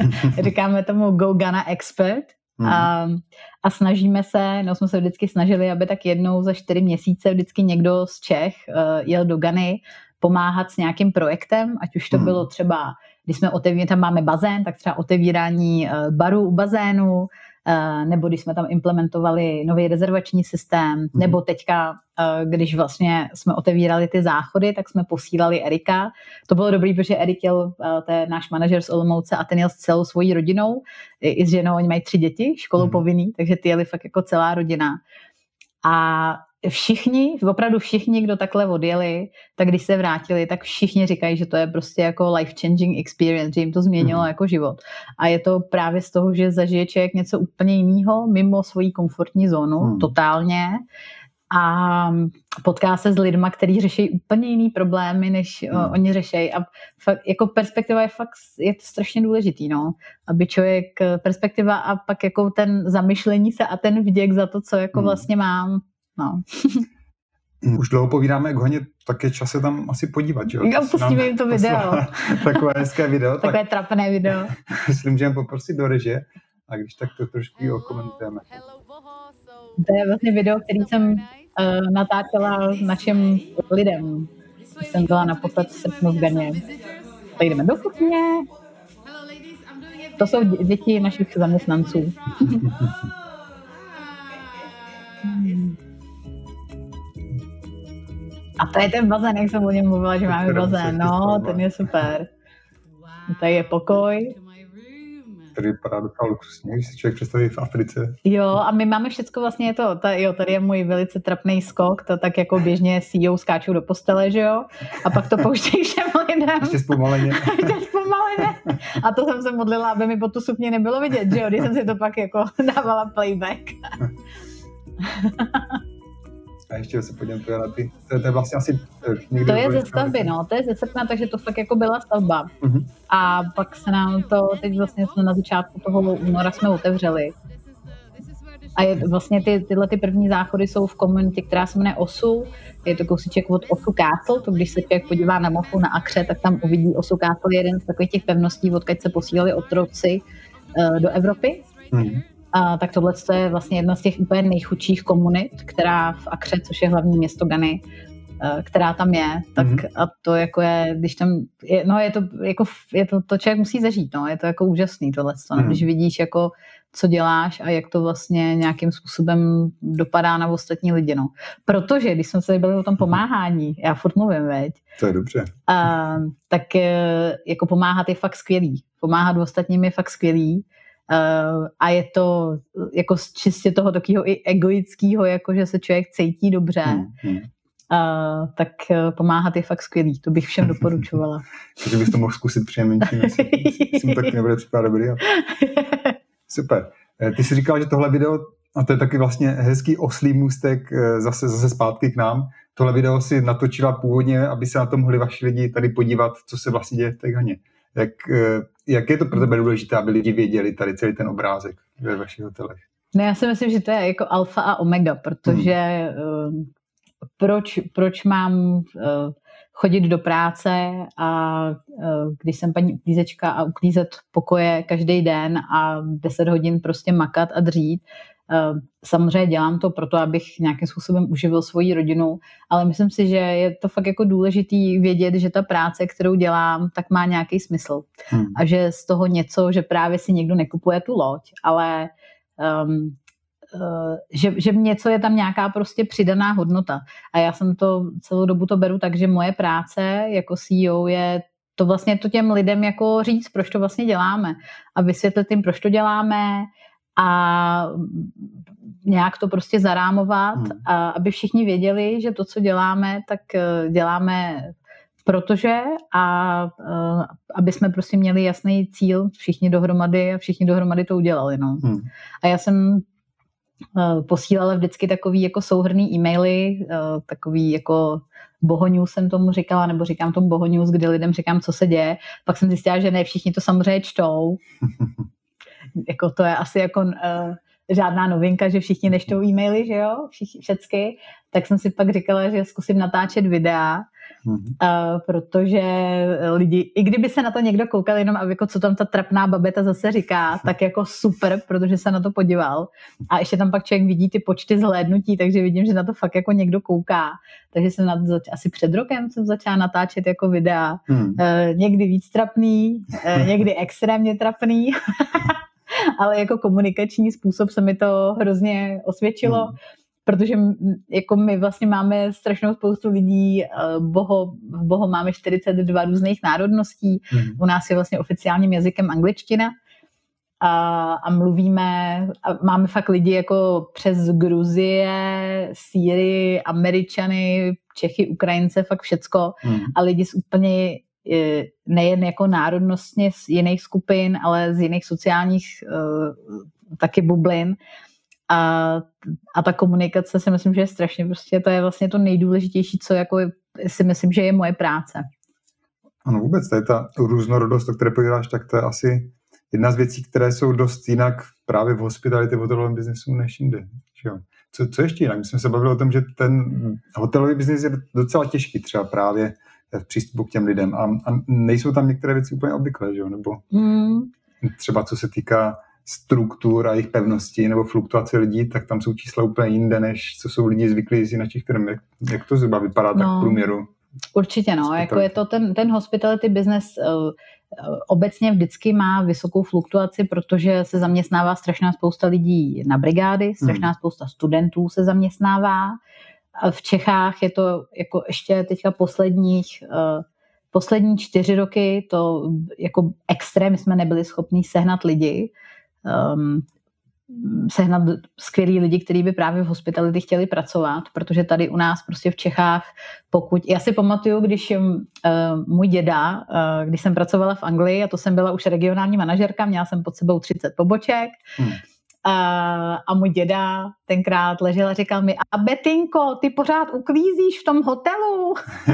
říkáme tomu Go Ghana Expert hmm. um, a snažíme se, no jsme se vždycky snažili, aby tak jednou za čtyři měsíce vždycky někdo z Čech uh, jel do Ghany pomáhat s nějakým projektem, ať už to hmm. bylo třeba, když jsme otevírali, tam máme bazén, tak třeba otevírání uh, baru u bazénu, Uh, nebo když jsme tam implementovali nový rezervační systém, mm. nebo teďka, uh, když vlastně jsme otevírali ty záchody, tak jsme posílali Erika. To bylo dobrý, protože Erik jel, uh, to je náš manažer z Olomouce a ten jel s celou svojí rodinou, i, i s ženou, oni mají tři děti, školou mm. povinný, takže ty jeli fakt jako celá rodina. A všichni, opravdu všichni, kdo takhle odjeli, tak když se vrátili, tak všichni říkají, že to je prostě jako life-changing experience, že jim to změnilo mm. jako život. A je to právě z toho, že zažije člověk něco úplně jiného, mimo svoji komfortní zónu, mm. totálně. A potká se s lidma, kteří řeší úplně jiný problémy, než mm. uh, oni řeší. A fakt, jako perspektiva je fakt, je to strašně důležitý, no. Aby člověk, perspektiva a pak jako ten zamyšlení se a ten vděk za to, co jako mm. vlastně mám, no. Už dlouho povídáme, jak hodně, tak je čas se tam asi podívat, že jo? Jo, pustíme jim to video. Takové hezké video. Takové tak trapné video. Myslím, že jen poprosit do režie a když tak to trošku okomentujeme. To je vlastně video, který jsem uh, natáčela našim lidem. Jsem byla naposled v srpnu v Ghaně. Tak jdeme do kuchyně. To jsou děti našich zaměstnanců. A to je ten bazén, jak jsem o něm mluvila, že máme bazén. No, ten je super. Tady je pokoj. Tady vypadá docela luxusně, když si člověk představí v Africe. Jo, a my máme všecko vlastně, je to, ta, jo, tady je můj velice trapný skok, to tak jako běžně C E O skáčou do postele, že jo, a pak to pouštějí všem lidem. Ještě zpomaleně. Ještě zpomaleně. A to jsem se modlila, aby mi pod tu sukni nebylo vidět, že jo, když jsem si to pak jako dávala playback. A ještě se podívám na ty, to, to je vlastně asi... To je ze stavby, no, to je ze srpna, takže to fakt jako byla stavba. Uh-huh. A pak se nám to, teď vlastně jsme na začátku toho února jsme otevřeli. A je, vlastně ty, tyhle ty první záchody jsou v komunitě, která se jmenuje Osu. Je to kousíček od Osu Castle, to když se člověk podívá na mapu na Akře, tak tam uvidí Osu Castle, jeden z takových těch pevností, odkud se posílali otroci uh, do Evropy. Uh-huh. Uh, tak tohle je vlastně jedna z těch úplně nejchudších komunit, která v Akře, což je hlavní město Ghany, uh, která tam je, tak mm-hmm. a to jako je, když tam, je, no je to jako, je to, to člověk musí zažít, no, je to jako úžasný tohle, mm-hmm. když vidíš jako, co děláš a jak to vlastně nějakým způsobem dopadá na ostatní lidi, no. Protože, když jsme se bavili o tom pomáhání, já furt mluvím, veď. To je dobře. Uh, tak uh, jako pomáhat je fakt skvělý. Pomáhat ostatním je fakt skvělý. Uh, a je to jako čistě toho takového i egoického, jako že se člověk cítí dobře, hmm, hmm. Uh, tak uh, pomáhat je fakt skvělý. To bych všem doporučovala. Takže bys to mohl zkusit přijmenším. Myslím, taky nebude připadat dobrý. Super. Ty jsi říkal, že tohle video, a to je taky vlastně hezký oslý můstek zase, zase zpátky k nám, tohle video si natočila původně, aby se na to mohli vaši lidi tady podívat, co se vlastně děje v té Ghaně. Jak, jak je to pro tebe důležité, aby lidi věděli tady celý ten obrázek ve vašich hotelech? No já si myslím, že to je jako alfa a omega, protože hmm. uh, proč, proč mám uh, chodit do práce a uh, když jsem paní uklízečka a uklízet pokoje každý den a deset hodin prostě makat a dřít. Uh, samozřejmě dělám to proto, abych nějakým způsobem uživil svoji rodinu, ale myslím si, že je to fakt jako důležitý vědět, že ta práce, kterou dělám, tak má nějaký smysl. Hmm. A že z toho něco, že právě si někdo nekupuje tu loď, ale um, uh, že, že něco je tam nějaká prostě přidaná hodnota. A já jsem to celou dobu to beru tak, že moje práce jako C E O je to vlastně to těm lidem jako říct, proč to vlastně děláme a vysvětlit jim, proč to děláme a nějak to prostě zarámovat, hmm. a aby všichni věděli, že to, co děláme, tak děláme protože a uh, aby jsme prostě měli jasný cíl všichni dohromady a všichni dohromady to udělali. No. Hmm. A já jsem uh, posílala vždycky takový jako souhrnný e-maily, uh, takový jako bohonews jsem tomu říkala, nebo říkám tomu bohonews, kde lidem říkám, co se děje. Pak jsem zjistila, že ne všichni to samozřejmě čtou. Jako to je asi jako uh, žádná novinka, že všichni nečtou e-maily, že jo, všichni, všecky. Tak jsem si pak říkala, že zkusím natáčet videa, mm-hmm. uh, protože lidi, i kdyby se na to někdo koukal jenom, aby jako co tam ta trapná babeta zase říká, tak jako super, protože se na to podíval. A ještě tam pak člověk vidí ty počty zhlédnutí, takže vidím, že na to fakt jako někdo kouká. Takže jsem na to zač- asi před rokem jsem začala natáčet jako videa. Mm. Uh, někdy víc trapný, uh, někdy extrémně trapný. Ale jako komunikační způsob se mi to hrozně osvědčilo, hmm. protože jako my vlastně máme strašnou spoustu lidí, boho, v Boho máme čtyřicet dva různých národností, hmm. u nás je vlastně oficiálním jazykem angličtina a, a mluvíme, a máme fakt lidi jako přes Gruzie, Sýrii, Američany, Čechy, Ukrajince, fakt všecko hmm. a lidi z úplně nejen jako národnostně z jiných skupin, ale z jiných sociálních uh, taky bublin. A, a ta komunikace si myslím, že je strašně prostě, to je vlastně to nejdůležitější, co jako si myslím, že je moje práce. Ano, vůbec, tady ta různorodost, o které povídáš, tak to je asi jedna z věcí, které jsou dost jinak právě v hospitality, v hotelovém biznesu než jinde. Co, co ještě jinak? My jsme se bavili o tom, že ten hotelový biznes je docela těžký třeba právě v přístupu k těm lidem a, a nejsou tam některé věci úplně obvyklé, že jo? Nebo mm. třeba co se týká struktur a jejich pevnosti nebo fluktuace lidí, tak tam jsou čísla úplně jinde, než co jsou lidi zvyklí z jiných firm. Jak, jak to zhruba vypadá no, tak v průměru? Určitě no, jako je to ten, ten hospitality business uh, obecně vždycky má vysokou fluktuaci, protože se zaměstnává strašná spousta lidí na brigády, strašná hmm. spousta studentů se zaměstnává. A v Čechách je to jako ještě teďka posledních uh, poslední čtyři roky to jako extrém, jsme nebyli schopní sehnat lidi, um, sehnat skvělý lidi, kteří by právě v hospitality chtěli pracovat, protože tady u nás prostě v Čechách, pokud, já si pamatuju, když uh, můj děda, uh, když jsem pracovala v Anglii, a to jsem byla už regionální manažerka, měla jsem pod sebou třicet poboček, hmm. A, a můj děda tenkrát ležel a říkal mi, a Betinko, ty pořád ukvízíš v tom hotelu.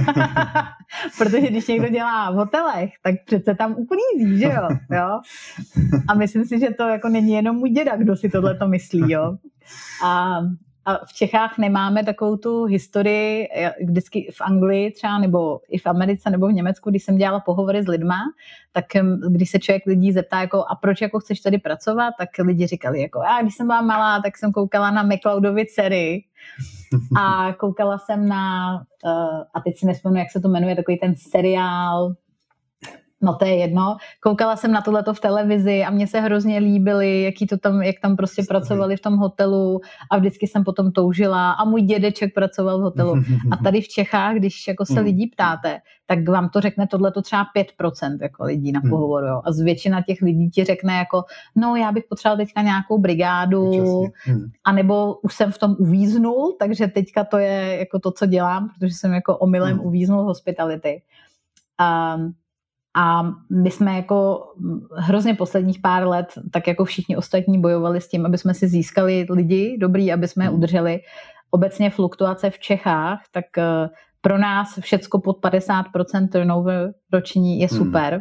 Protože když někdo dělá v hotelech, tak přece tam uklízí, že jo? jo? A myslím si, že to jako není jenom můj děda, kdo si tohle to myslí, jo? A, a v Čechách nemáme takovou tu historii, vždycky v Anglii třeba, nebo i v Americe, nebo v Německu, když jsem dělala pohovory s lidma, tak když se člověk lidí zeptá, jako, a proč jako chceš tady pracovat, tak lidi říkali, jako, a když jsem byla malá, tak jsem koukala na McCloudovy dcery a koukala jsem na, uh, a teď si nespomenu, jak se to jmenuje, takový ten seriál, no to je jedno. Koukala jsem na tohleto v televizi a mně se hrozně líbily, jaký to tam, jak tam prostě pracovali v tom hotelu a vždycky jsem potom toužila a můj dědeček pracoval v hotelu. A tady v Čechách, když jako se lidí ptáte, tak vám to řekne tohleto třeba pět procent jako lidí na pohovoru. Jo. A z většina těch lidí ti řekne jako, no já bych potřeboval teďka nějakou brigádu, anebo už jsem v tom uvíznul, takže teďka to je jako to, co dělám, protože jsem jako omylem uvíznul v hospitality. A A my jsme jako hrozně posledních pár let, tak jako všichni ostatní bojovali s tím, aby jsme si získali lidi dobrý, aby jsme je udrželi. Obecně fluktuace v Čechách, tak pro nás všecko pod padesát procent turnover roční je super.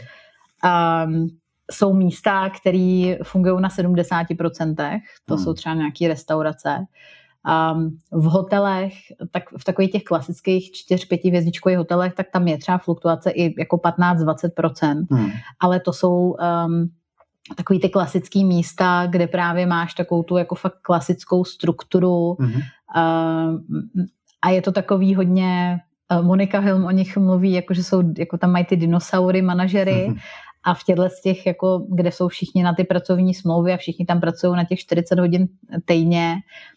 Um, jsou místa, které fungují na sedmdesát procent, to jsou třeba nějaké restaurace. Um, v hotelech, tak v takových těch klasických čtyř, pěti hvězdičkových hotelech, tak tam je třeba fluktuace i jako patnáct až dvacet procent, hmm. ale to jsou um, takový ty klasický místa, kde právě máš takovou tu jako fakt klasickou strukturu hmm. um, a je to takový hodně, uh, Monika Hilm o nich mluví, jako že jsou, jako tam mají ty dinosaury, manažery hmm. a v těchto z těch, jako, kde jsou všichni na ty pracovní smlouvy a všichni tam pracují na těch čtyřicet hodin týdně.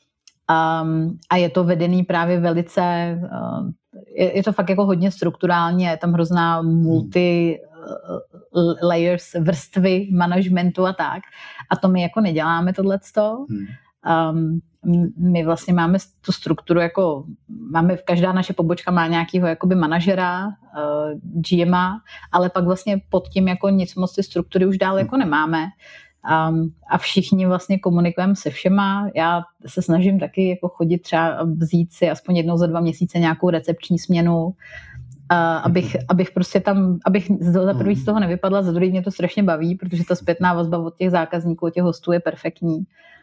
Um, a je to vedený právě velice, uh, je, je to fakt jako hodně strukturálně, je tam hrozná multi uh, layers, vrstvy managementu a tak. A to my jako neděláme tohleto. Um, my vlastně máme tu strukturu jako, máme, každá naše pobočka má nějakýho jakoby manažera, uh, G M a, ale pak vlastně pod tím jako nic moc ty struktury už dál jako nemáme. Um, a všichni vlastně komunikujeme se všema. Já se snažím taky jako chodit třeba vzít si aspoň jednou za dva měsíce nějakou recepční směnu, uh, abych, abych prostě tam, abych za první z toho nevypadla, za druhý mě to strašně baví, protože ta zpětná vazba od těch zákazníků, od těch hostů je perfektní.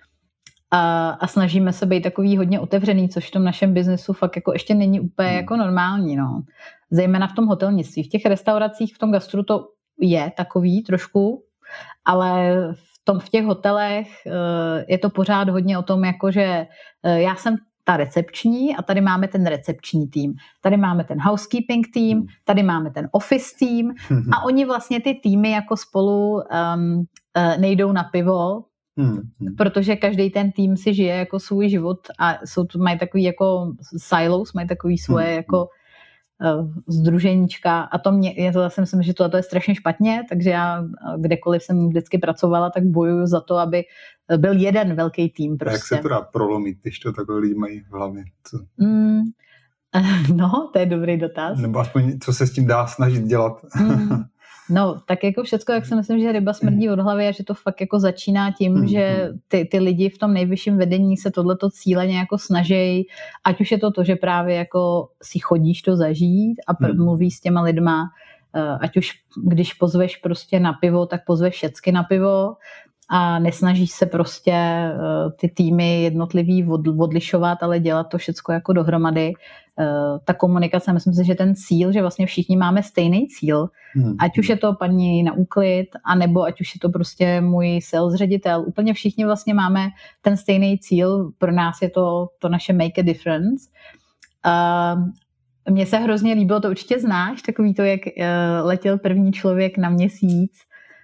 A, a snažíme se být takový hodně otevřený, což v tom našem biznesu fakt jako ještě není úplně hmm. jako normální. No. Zejména v tom hotelnictví. V těch restauracích, v tom gastru to je takový trošku, ale v tom v těch hotelech je to pořád hodně o tom, jako že já jsem ta recepční a tady máme ten recepční tým. Tady máme ten housekeeping tým, tady máme ten office tým a oni vlastně ty týmy jako spolu um, nejdou na pivo, Hmm. protože každý ten tým si žije jako svůj život a jsou tu, mají takový jako silos, mají takový svoje hmm. jako sdruženíčka a to mě, já to zase myslím, že tohle je strašně špatně, takže já kdekoliv jsem vždycky pracovala, tak bojuju za to, aby byl jeden velký tým prostě. A jak se to dá prolomit, když to takhle lidi mají v hlavě? Co? Mm, no, to je dobrý dotaz. Nebo aspoň, co se s tím dá snažit dělat. Mm, no, tak jako všecko, jak si myslím, že ryba smrdí od hlavy a že to fakt jako začíná tím, mm, že ty, ty lidi v tom nejvyšším vedení se tohleto cíleně jako snaží, ať už je to to, že právě jako si chodíš to zažít a pr- mm. mluví s těma lidma, ať už když pozveš prostě na pivo, tak pozveš všecky na pivo, a nesnažíš se prostě uh, ty týmy jednotlivý od, odlišovat, ale dělat to všecko jako dohromady. Uh, ta komunikace, myslím si, že ten cíl, že vlastně všichni máme stejný cíl, hmm. ať už je to paní na úklid, anebo ať už je to prostě můj sales ředitel. Úplně všichni vlastně máme ten stejný cíl, pro nás je to, to naše make a difference. Uh, mně se hrozně líbilo, to určitě znáš, takový to, jak uh, letěl první člověk na měsíc,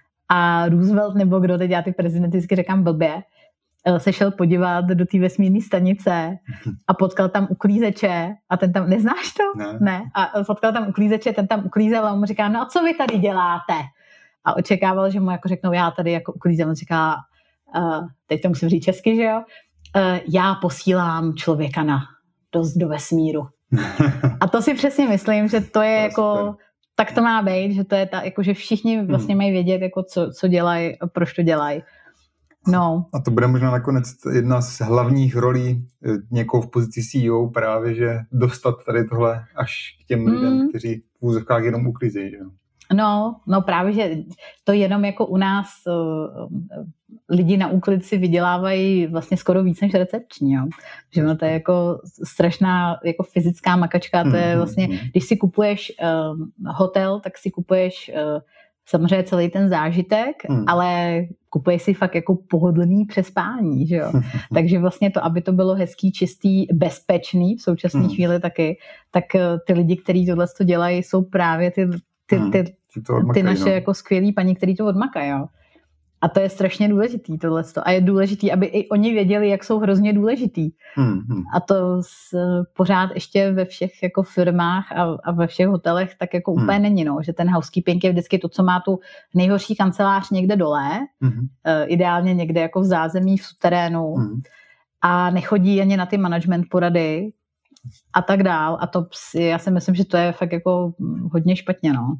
a Roosevelt, nebo kdo teď já ty prezidenty vždycky říkám blbě, se šel podívat do té vesmírné stanice a potkal tam uklízeče a ten tam, neznáš to? Ne. ne. A potkal tam uklízeče, ten tam uklízel a on mu říká, no a co vy tady děláte? A očekával, že mu jako řeknou, já tady jako uklízím. On říká, uh, teď to musím říct česky, že jo? Uh, já posílám člověka na do, do vesmíru. A to si přesně myslím, že to je to jako... Super. Tak to má být, že to je ta, jako, že všichni vlastně mají vědět, jako co, co dělají a proč to dělají. No. A to bude možná nakonec jedna z hlavních rolí někoho v pozici C E O právě, že dostat tady tohle až k těm mm. lidem, kteří v úzovkách jenom uklízejí. Že? No, no právě, že to jenom jako u nás uh, lidi na úklid si vydělávají vlastně skoro víc než recepční, jo. Že no, to je jako strašná jako fyzická makačka, to je vlastně, když si kupuješ uh, hotel, tak si kupuješ uh, samozřejmě celý ten zážitek, hmm. ale kupuješ si fakt jako pohodlný přespání, že jo. Takže vlastně to, aby to bylo hezký, čistý, bezpečný v současné hmm. chvíli taky, tak uh, ty lidi, kteří tohle to dělají, jsou právě ty Ty, ty, ty, ty naše no. jako skvělý paní, který to odmakají. Jo. A to je strašně důležitý tohleto. A je důležitý, aby i oni věděli, jak jsou hrozně důležitý. Hmm, hmm. A to s, pořád ještě ve všech jako firmách a, a ve všech hotelech tak jako hmm. úplně není. No. Že ten housekeeping je vždycky to, co má tu nejhorší kancelář někde dole. Hmm. Uh, ideálně někde jako v zázemí, v terénu. Hmm. A nechodí ani na ty management porady. A tak dál. A to já si myslím, že to je fakt jako hodně špatně, no.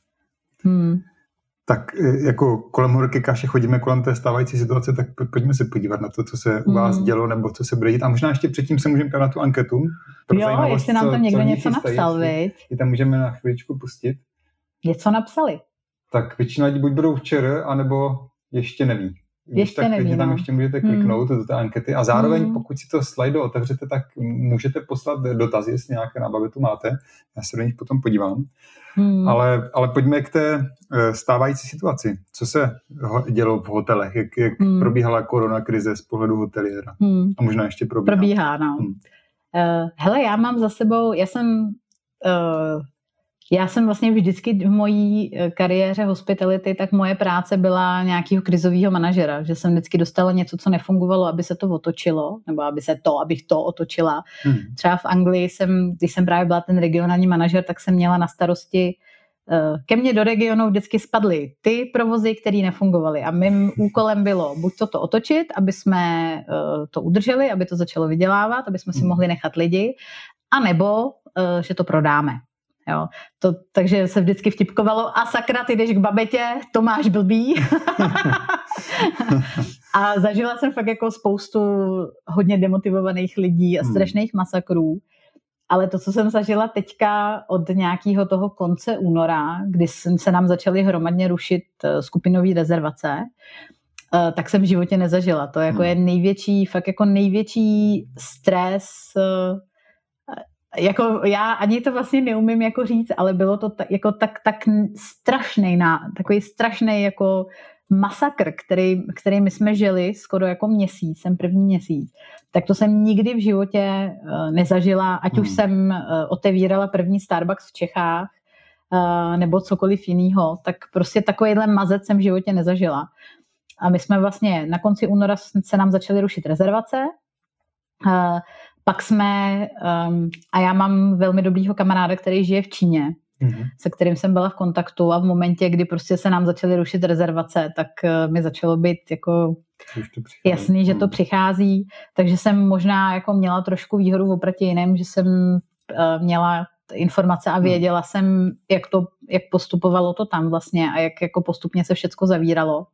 Hmm. Tak jako kolem horké kaše chodíme kolem té stávající situace, tak pojďme se podívat na to, co se u vás hmm. dělo, nebo co se bude dít. A možná ještě předtím se můžeme na tu anketu. Jo, jestli nám tam někdo něco napsal, viď? I tam můžeme na chvíličku pustit. Něco napsali. Tak většina lidí buď budou včera, anebo ještě neví. Ještě tak neví, tam no. ještě můžete kliknout hmm. do té ankety a zároveň, hmm. pokud si to slajdo otevřete, tak můžete poslat dotazy, jestli nějaké nábavy tu máte. Já se do nich potom podívám. Hmm. Ale, ale pojďme k té stávající situaci. Co se dělo v hotelech? Jak, jak hmm. probíhala koronakrize z pohledu hoteliéra? Hmm. A možná ještě probíhá. Probíhá, no. Hmm. Uh, hele, já mám za sebou, já jsem... Uh, Já jsem vlastně vždycky v mojí kariéře hospitality, tak moje práce byla nějakého krizového manažera, že jsem vždycky dostala něco, co nefungovalo, aby se to otočilo, nebo aby se to, abych to otočila. Hmm. Třeba v Anglii jsem, když jsem právě byla ten regionální manažer, tak jsem měla na starosti, ke mně do regionu vždycky spadly ty provozy, které nefungovaly a mým úkolem bylo buď to, to otočit, aby jsme to udrželi, aby to začalo vydělávat, aby jsme si hmm. mohli nechat lidi, anebo že to prodáme. Jo, to, takže se vždycky vtipkovalo a sakra, ty jdeš k babetě, to máš blbý. A zažila jsem fakt jako spoustu hodně demotivovaných lidí a strašných masakrů. Ale to, co jsem zažila teďka od nějakého toho konce února, kdy se nám začaly hromadně rušit skupinové rezervace, tak jsem v životě nezažila. To jako je největší, fakt jako největší stres. Jako já ani to vlastně neumím jako říct, ale bylo to tak, jako tak, tak strašný, takový strašný jako masakr, který, který my jsme žili skoro jako měsíc, ten první měsíc. Tak to jsem nikdy v životě uh, nezažila, ať hmm. už jsem uh, otevírala první Starbucks v Čechách uh, nebo cokoliv jinýho, tak prostě takovýhle mazec jsem v životě nezažila. A my jsme vlastně na konci února se nám začaly rušit rezervace. Uh, pak jsme, um, a já mám velmi dobrýho kamaráda, který žije v Číně, mm-hmm. se kterým jsem byla v kontaktu a v momentě, kdy prostě se nám začaly rušit rezervace, tak uh, mi začalo být jako jasný, že to přichází, takže jsem možná jako měla trošku výhodu oproti jiným, že jsem uh, měla informace a věděla hmm. jsem, jak to, jak postupovalo to tam vlastně a jak jako postupně se všecko zavíralo.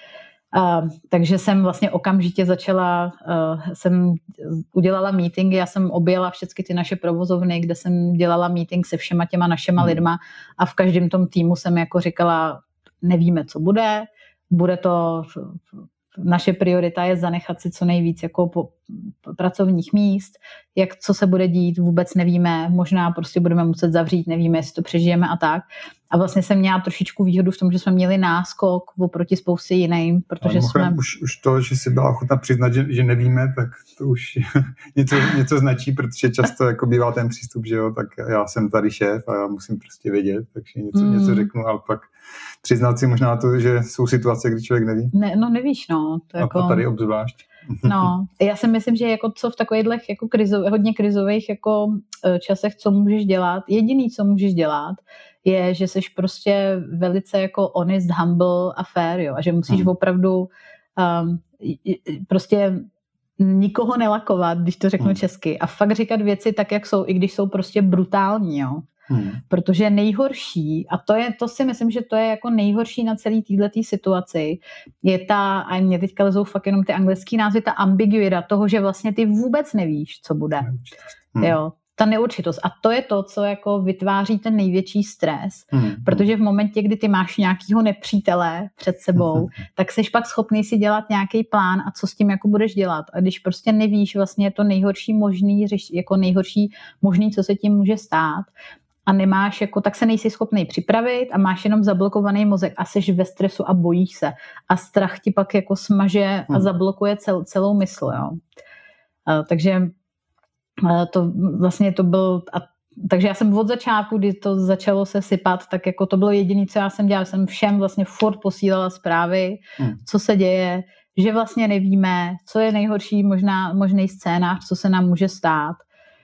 Uh, takže jsem vlastně okamžitě začala, uh, jsem udělala meetingy, já jsem objela všechny ty naše provozovny, kde jsem dělala meeting se všema těma našima hmm. lidma a v každém tom týmu jsem jako říkala, nevíme, co bude, bude to, naše priorita je zanechat si co nejvíc jako po, po pracovních míst, jak co se bude dít, vůbec nevíme, možná prostě budeme muset zavřít, nevíme, jestli to přežijeme a tak. A vlastně jsem měla trošičku výhodu v tom, že jsme měli náskok oproti spoustě jiným, protože ale jsme... Už, už to, že jsi byla ochotná přiznat, že, že nevíme, tak to už něco, něco značí, protože často jako bývá ten přístup, že jo, tak já jsem tady šéf a já musím prostě vědět, takže něco, mm. něco řeknu, ale pak přiznat si možná to, že jsou situace, kdy člověk neví. Ne, no nevíš, no. To a jako... tady obzvlášť. No, já si myslím, že jako co v takových jako krizo, hodně krizových jako časech, co můžeš dělat, jediný, co můžeš dělat, je, že jsi prostě velice jako honest, humble a fair, jo, a že musíš hmm. opravdu um, prostě nikoho nelakovat, když to řeknu hmm. česky, a fakt říkat věci tak, jak jsou, i když jsou prostě brutální, jo. Hmm. Protože nejhorší, a to je, to si myslím, že to je jako nejhorší na celý této situaci, je ta, a mě teďka lezou fakt jenom ty anglický názvy, ta ambiguita toho, že vlastně ty vůbec nevíš, co bude. Hmm. Jo, ta neurčitost. A to je to, co jako vytváří ten největší stres, hmm. protože v momentě, kdy ty máš nějakýho nepřítele před sebou, hmm. tak jsi pak schopný si dělat nějaký plán a co s tím jako budeš dělat. A když prostě nevíš, vlastně je to nejhorší možný, jako nejhorší možný, co se tím může stát, a nemáš jako, tak se nejsi schopný připravit a máš jenom zablokovaný mozek a jsi ve stresu a bojíš se. A strach ti pak jako smaže a zablokuje cel, celou mysl, jo. A, takže a to vlastně to byl, a, takže já jsem od začátku, kdy to začalo se sypat, tak jako to bylo jediné, co já jsem dělala. Jsem všem vlastně furt posílala zprávy, hmm. co se děje, že vlastně nevíme, co je nejhorší možná, možný scénář, co se nám může stát.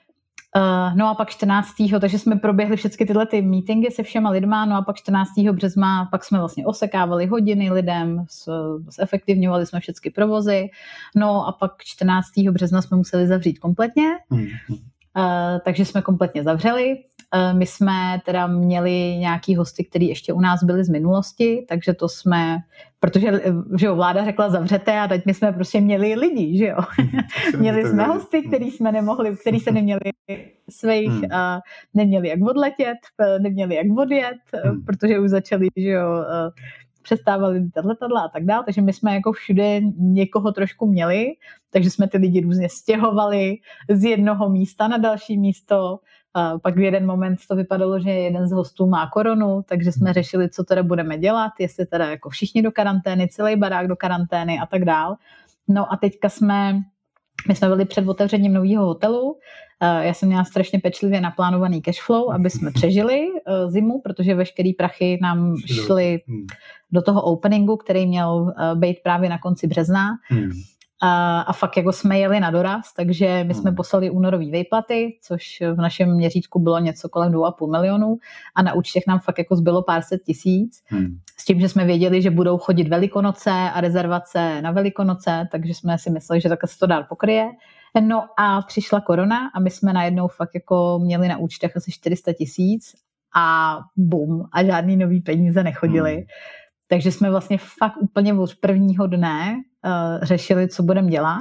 Uh, no a pak čtrnáctého takže jsme proběhli všechny tyhle ty meetingy se všema lidma, no a pak čtrnáctého března pak jsme vlastně osekávali hodiny lidem, zefektivňovali jsme všechny provozy, no a pak čtrnáctého března jsme museli zavřít kompletně, mm-hmm. uh, takže jsme kompletně zavřeli. Uh, my jsme teda měli nějaký hosty, který ještě u nás byli z minulosti, takže to jsme, protože že jo, vláda řekla zavřete a teď my jsme prostě měli lidi, že jo. Měli jsme hosty, který jsme nemohli, který se neměli svých, hmm. uh, neměli jak odletět, neměli jak odjet, hmm. protože už začali, že jo, uh, přestávali lítat letadla a tak dále, takže my jsme jako všude někoho trošku měli, takže jsme ty lidi různě stěhovali z jednoho místa na další místo. A pak v jeden moment to vypadalo, že jeden z hostů má koronu, takže jsme řešili, co teda budeme dělat, jestli teda jako všichni do karantény, celý barák do karantény a tak dál. No a teďka jsme, my jsme byli před otevřením nového hotelu, já jsem měla strašně pečlivě naplánovaný cashflow, aby jsme přežili zimu, protože veškerý prachy nám šly do toho openingu, který měl být právě na konci března. Hmm. A, a fakt jako jsme jeli na doraz, takže my jsme poslali únorový výplaty, což v našem měřítku bylo něco kolem dvou a půl milionů a na účtech nám fakt jako zbylo pár set tisíc. Hmm. S tím, že jsme věděli, že budou chodit Velikonoce a rezervace na Velikonoce, takže jsme si mysleli, že takhle se to dál pokryje. No a přišla korona a my jsme najednou fakt jako měli na účtech asi čtyři sta tisíc a bum, a žádný nový peníze nechodily. Hmm. Takže jsme vlastně fakt úplně od prvního dne uh, řešili, co budeme dělat,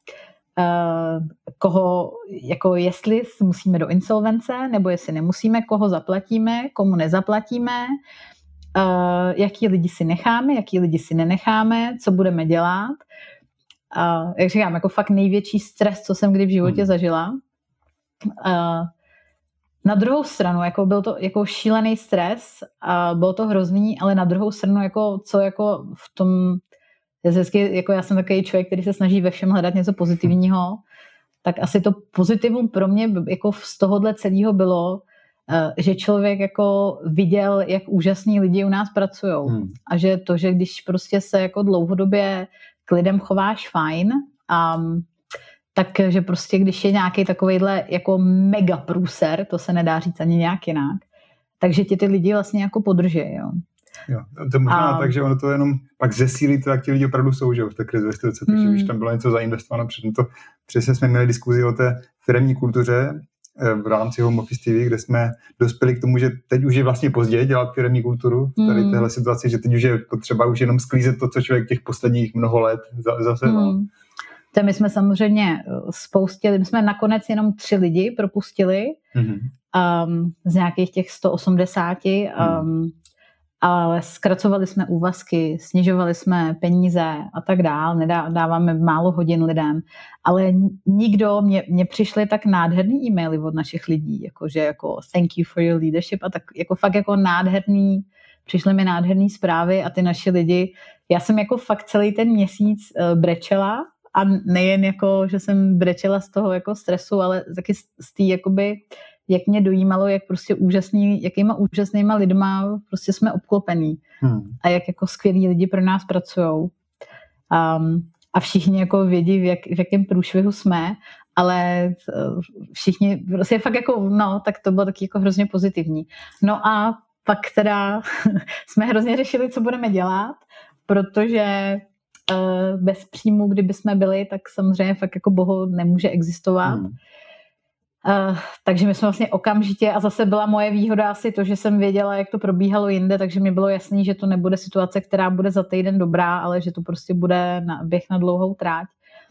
uh, koho, jako jestli musíme do insolvence, nebo jestli nemusíme, koho zaplatíme, komu nezaplatíme, uh, jaký lidi si necháme, jaký lidi si nenecháme, co budeme dělat. Uh, jak říkám, jako fakt největší stres, co jsem kdy v životě hmm. zažila. Uh, Na druhou stranu, jako byl to jako šílený stres a bylo to hrozný, ale na druhou stranu, jako, co jako v tom, jako já jsem takový člověk, který se snaží ve všem hledat něco pozitivního, tak asi to pozitivum pro mě jako z tohohle celého bylo, že člověk jako viděl, jak úžasní lidi u nás pracujou. Hmm. A že to, že když prostě se jako dlouhodobě k lidem chováš fajn a takže prostě když je nějaký takovejhle jako mega průser, to se nedá říct ani nějak jinak, takže ti ty lidi vlastně jako podrží, jo. Jo, to možná a... tak, že ono to jenom pak zesílí to, jak ti lidi opravdu jsou, že v té krizi investice, takže hmm. když tam bylo něco zainvestováno, předtím to, přesně jsme měli diskuzi o té firemní kultuře v rámci Home Office T V, kde jsme dospěli k tomu, že teď už je vlastně pozdě dělat firemní kulturu v tady téhle situaci, že teď už je potřeba už jenom sklízet to, co člověk těch posledních mnoho let zase hmm. To my jsme samozřejmě spoustili, my jsme nakonec jenom tři lidi propustili mm-hmm. um, z nějakých těch sto osmdesát, um, mm. ale zkracovali jsme úvazky, snižovali jsme peníze a tak dál, nedáváme málo hodin lidem, ale nikdo, mě, mě přišly tak nádherný e-maily od našich lidí, jakože jako thank you for your leadership a tak jako fakt jako nádherný, přišly mi nádherný zprávy a ty naši lidi, já jsem jako fakt celý ten měsíc uh, brečela. A nejen jako, že jsem brečela z toho jako stresu, ale taky z té jakoby, jak mě dojímalo, jak prostě úžasný, jakýma úžasnýma lidma prostě jsme obklopení. Hmm. A jak jako skvělí lidi pro nás pracujou. Um, a všichni jako vědí, v, jak, v jakém průšvihu jsme, ale všichni, prostě fakt jako, no, tak to bylo taky jako hrozně pozitivní. No a pak teda jsme hrozně řešili, co budeme dělat, protože bez příjmu, kdyby jsme byli, tak samozřejmě fakt jako boho nemůže existovat. Hmm. Uh, takže my jsme vlastně okamžitě, a zase byla moje výhoda asi to, že jsem věděla, jak to probíhalo jinde, takže mi bylo jasný, že to nebude situace, která bude za týden dobrá, ale že to prostě bude na, běh na dlouhou tráť.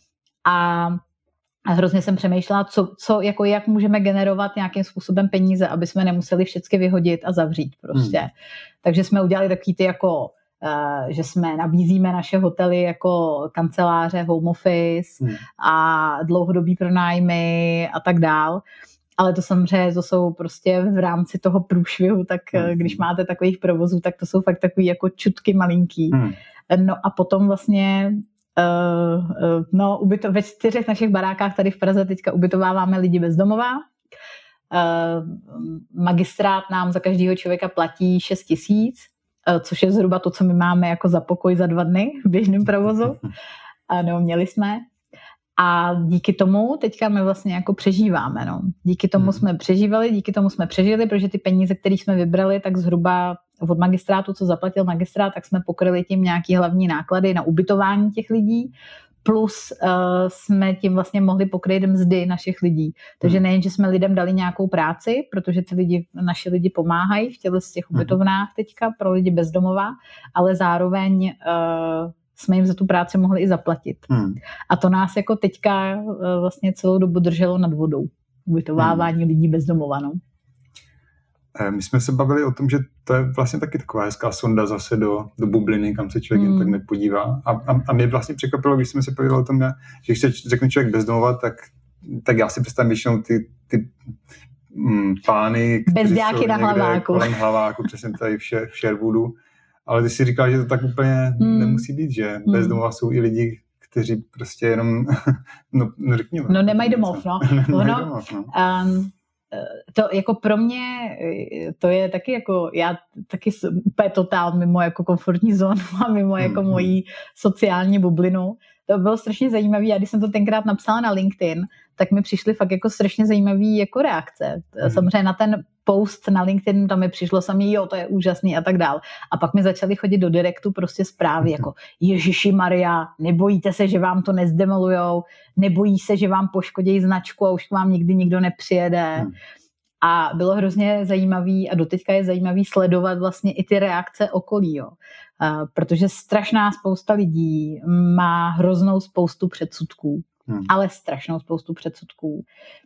A, a hrozně jsem přemýšlela, co, co, jako jak můžeme generovat nějakým způsobem peníze, aby jsme nemuseli všechny vyhodit a zavřít prostě. Hmm. Takže jsme udělali takový ty jako Uh, že jsme nabízíme naše hotely jako kanceláře, home office hmm. a dlouhodobý pronájmy a tak dál. Ale to samozřejmě to jsou prostě v rámci toho průšvihu, tak hmm. když máte takových provozů, tak to jsou fakt takový jako čutky malinký. Hmm. No a potom vlastně uh, uh, no, ubyto- ve čtyřech našich barákách tady v Praze teďka ubytováváme lidi bezdomová. Uh, magistrát nám za každého člověka platí šest tisíc, což je zhruba to, co my máme jako za pokoj za dva dny v běžném provozu. Ano, měli jsme. A díky tomu teďka my vlastně jako přežíváme. No. Díky tomu hmm. jsme přežívali, díky tomu jsme přežili, protože ty peníze, které jsme vybrali, tak zhruba od magistrátu, co zaplatil magistrát, tak jsme pokryli tím nějaký hlavní náklady na ubytování těch lidí, plus uh, jsme tím vlastně mohli pokryt mzdy našich lidí. Takže nejen, že jsme lidem dali nějakou práci, protože ty lidi, naši lidi pomáhají v těle z těch ubytovnách teďka pro lidi bezdomová, ale zároveň uh, jsme jim za tu práci mohli i zaplatit. Hmm. A to nás jako teďka uh, vlastně celou dobu drželo nad vodou. Ubytovávání hmm. lidí bezdomova. No. My jsme se bavili o tom, že to je vlastně taky taková hezká sonda zase do, do bubliny, kam se člověk mm. jen tak nepodívá. A, a, a mě vlastně překvapilo, když jsme se bavili o tom, že když se řekne člověk bezdomova, tak, tak já si představím většinou ty, ty mm, pány, kteří jsou na hlaváku. kolem hlaváku, přesně tady v, Sher, v Sherwoodu. Ale ty si říkal, že to tak úplně mm. nemusí být, že mm. bezdomova jsou i lidi, kteří prostě jenom, no, no řekněme. No nemají domov, no. nemají no, domov, no. Um, to jako pro mě, to je taky jako, já taky úplně totál mimo jako komfortní zónu a mimo jako mm. mojí sociální bublinu. To bylo strašně zajímavé. Já když jsem to tenkrát napsala na LinkedIn, tak mi přišly fakt jako strašně zajímavý jako reakce. Mm. Samozřejmě na ten post na LinkedIn tam mi přišlo samý, jo, to je úžasný a tak dál. A pak mi začaly chodit do direktu prostě zprávy jako Ježiši Maria, nebojíte se, že vám to nezdemolujou, nebojí se, že vám poškodí značku a už k vám nikdy nikdo nepřijede. Mm. A bylo hrozně zajímavý a doteďka je zajímavý sledovat vlastně i ty reakce okolí, jo. Uh, protože strašná spousta lidí má hroznou spoustu předsudků, hmm. ale strašnou spoustu předsudků.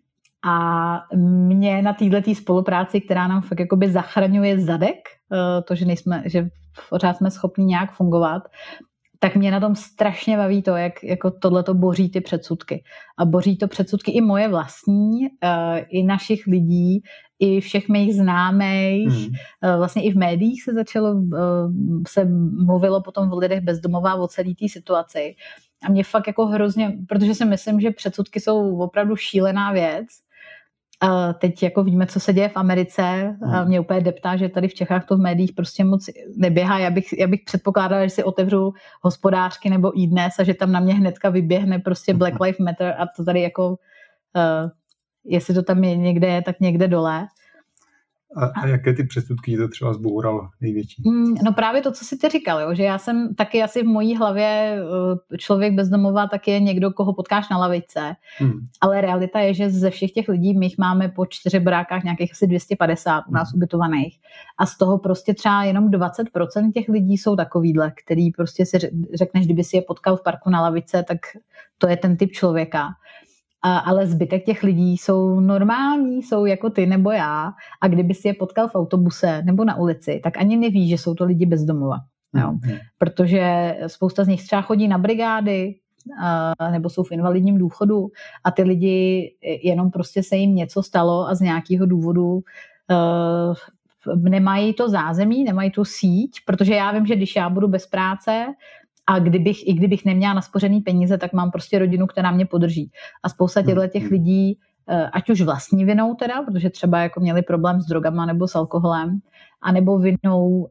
A mě na této spolupráci, která nám fakt jakoby zachraňuje zadek, uh, to, že, nejsme, že pořád jsme schopni nějak fungovat, tak mě na tom strašně baví to, jak jako tohleto boří ty předsudky. A boří to předsudky i moje vlastní, uh, i našich lidí, i všech mých známých. Mm. Uh, vlastně i v médiích se začalo, uh, se mluvilo potom o lidech bezdomová, o celé té situaci. A mě fakt jako hrozně, protože si myslím, že předsudky jsou opravdu šílená věc teď jako víme, co se děje v Americe. Hmm. Mě úplně deptá, že tady v Čechách to v médiích prostě moc neběhá. Já bych, já bych předpokládala, že si otevřu Hospodářky nebo iDnes a že tam na mě hnedka vyběhne prostě Black Lives Matter a to tady jako, uh, jestli to tam je někde, tak někde dole. A, a jaké ty předsudky to třeba zbouralo největší? No právě to, co jsi ty říkal, jo, že já jsem taky asi v mojí hlavě člověk bezdomová, tak je někdo, koho potkáš na lavice, hmm. ale realita je, že ze všech těch lidí my jich máme po čtyřech barákách nějakých asi dvě stě padesát u nás hmm. ubytovaných a z toho prostě třeba jenom dvacet procent těch lidí jsou takovýhle, který prostě si řekneš, kdyby si je potkal v parku na lavice, tak to je ten typ člověka. A, ale zbytek těch lidí jsou normální, jsou jako ty nebo já a kdyby si je potkal v autobuse nebo na ulici, tak ani neví, že jsou to lidi bezdomova. Jo. Mm-hmm. Protože spousta z nich třeba chodí na brigády a, nebo jsou v invalidním důchodu a ty lidi jenom prostě se jim něco stalo a z nějakého důvodu uh, nemají to zázemí, nemají tu síť, protože já vím, že když já budu bez práce a kdybych, i kdybych neměla naspořený peníze, tak mám prostě rodinu, která mě podrží. A spousta těchto těch lidí, ať už vlastní vinou teda, protože třeba jako měli problém s drogama nebo s alkoholem, anebo vinou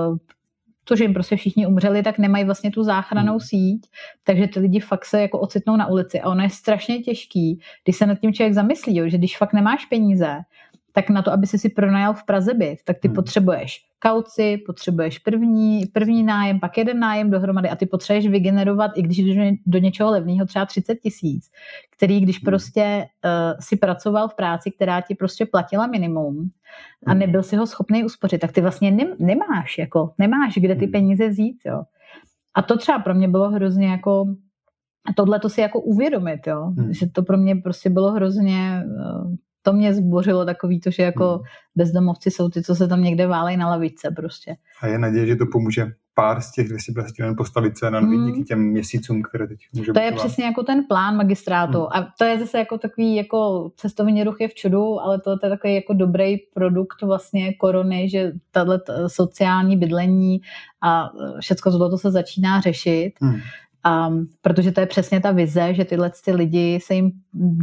to, že jim prostě všichni umřeli, tak nemají vlastně tu záchrannou síť, takže ty lidi fakt se jako ocitnou na ulici. A ono je strašně těžký, když se nad tím člověk zamyslí, jo, že když fakt nemáš peníze, tak na to, aby si si pronajal v Praze byt, tak ty hmm. potřebuješ kauci, potřebuješ první, první nájem, pak jeden nájem dohromady a ty potřebuješ vygenerovat, i když jdeš do něčeho levného, třeba třicet tisíc, který když hmm. prostě uh, si pracoval v práci, která ti prostě platila minimum a nebyl si ho schopný uspořit, tak ty vlastně nem, nemáš, jako, nemáš kde ty peníze vzít, jo. A to třeba pro mě bylo hrozně jako, tohle to si jako uvědomit, jo, hmm. že to pro mě prostě bylo hrozně... Uh, to mě zbořilo takový to, že jako hmm. bezdomovci jsou ty, co se tam někde válejí na lavičce prostě. A je naděje, že to pomůže pár z těch dvě stě padesát jen postavit se na nohy hmm. díky těm měsícům, které teď může To je být přesně jako ten plán magistrátu. Hmm. A to je zase jako takový jako cestovní ruch je v čudu, ale to, to je takový jako dobrý produkt vlastně korony, že tato sociální bydlení a všecko toto se začíná řešit. Hmm. Um, protože to je přesně ta vize, že tyhle ty lidi se jim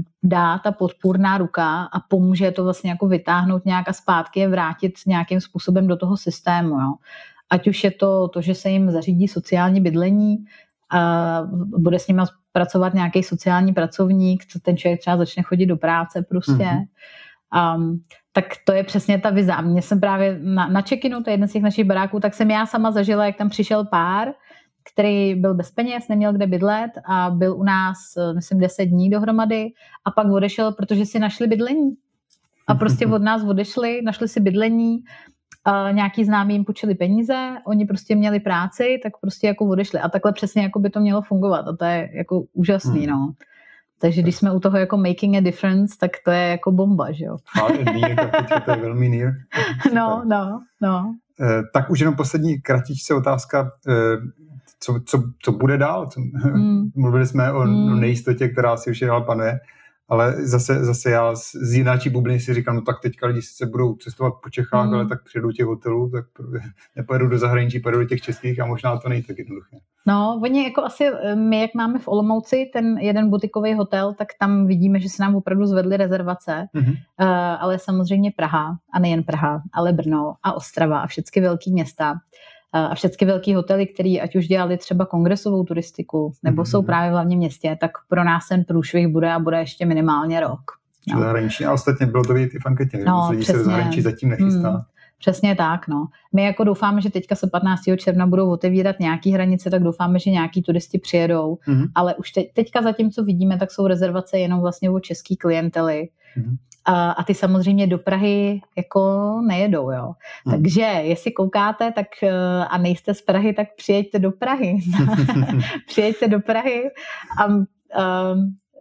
dá ta podpůrná ruka a pomůže to vlastně jako vytáhnout nějak a zpátky je vrátit nějakým způsobem do toho systému. Jo. Ať už je to to, že se jim zařídí sociální bydlení, a bude s nimi pracovat nějaký sociální pracovník, ten člověk třeba začne chodit do práce prostě. Mm-hmm. Um, tak to je přesně ta vize. A mě jsem právě na, na check-inu, to je jeden z těch našich baráků, tak jsem já sama zažila, jak tam přišel pár, který byl bez peněz, neměl kde bydlet a byl u nás, myslím, deset dní dohromady a pak odešel, protože si našli bydlení. A prostě od nás odešli, našli si bydlení, a nějaký známí jim půjčili peníze, oni prostě měli práci, tak prostě jako odešli. A takhle přesně jako by to mělo fungovat a to je jako úžasný, no. Takže když jsme u toho jako making a difference, tak to je jako bomba, že jo. To je velmi near. No, no, no. Tak už jenom poslední kratičce otázka, co, co, co bude dál? Co, mm. Mluvili jsme o mm. nejistotě, která si už dál panuje, ale zase, zase já z, z jináčí bubliny si říkám, no tak teďka lidi se budou cestovat po Čechách, mm. ale tak přijedou těch hotelů, tak nepojedou do zahraničí, pojedou do těch českých a možná to není tak jednoduché. No, oni jako asi, my jak máme v Olomouci ten jeden butikový hotel, tak tam vidíme, že se nám opravdu zvedly rezervace, mm-hmm. uh, ale samozřejmě Praha, a nejen Praha, ale Brno a Ostrava a všechny velký města a všechny velký hotely, které ať už dělali třeba kongresovou turistiku, nebo mm-hmm. jsou právě v hlavním městě, tak pro nás ten průšvih bude a bude ještě minimálně rok. No. Zahraničí, a ostatně bylo to vidět i v anketě, no, lidi se do zahraničí zatím nechystá. Hmm, přesně tak, no. My jako doufáme, že teďka se patnáctého června budou otevírat nějaký hranice, tak doufáme, že nějaký turisti přijedou, mm-hmm. ale už te, teďka zatím, co vidíme, tak jsou rezervace jenom vlastně o český klientely. Mm-hmm. A, a ty samozřejmě do Prahy jako nejedou, jo. Hmm. Takže jestli koukáte tak, a nejste z Prahy, tak přijeďte do Prahy. Přijeďte do Prahy a, a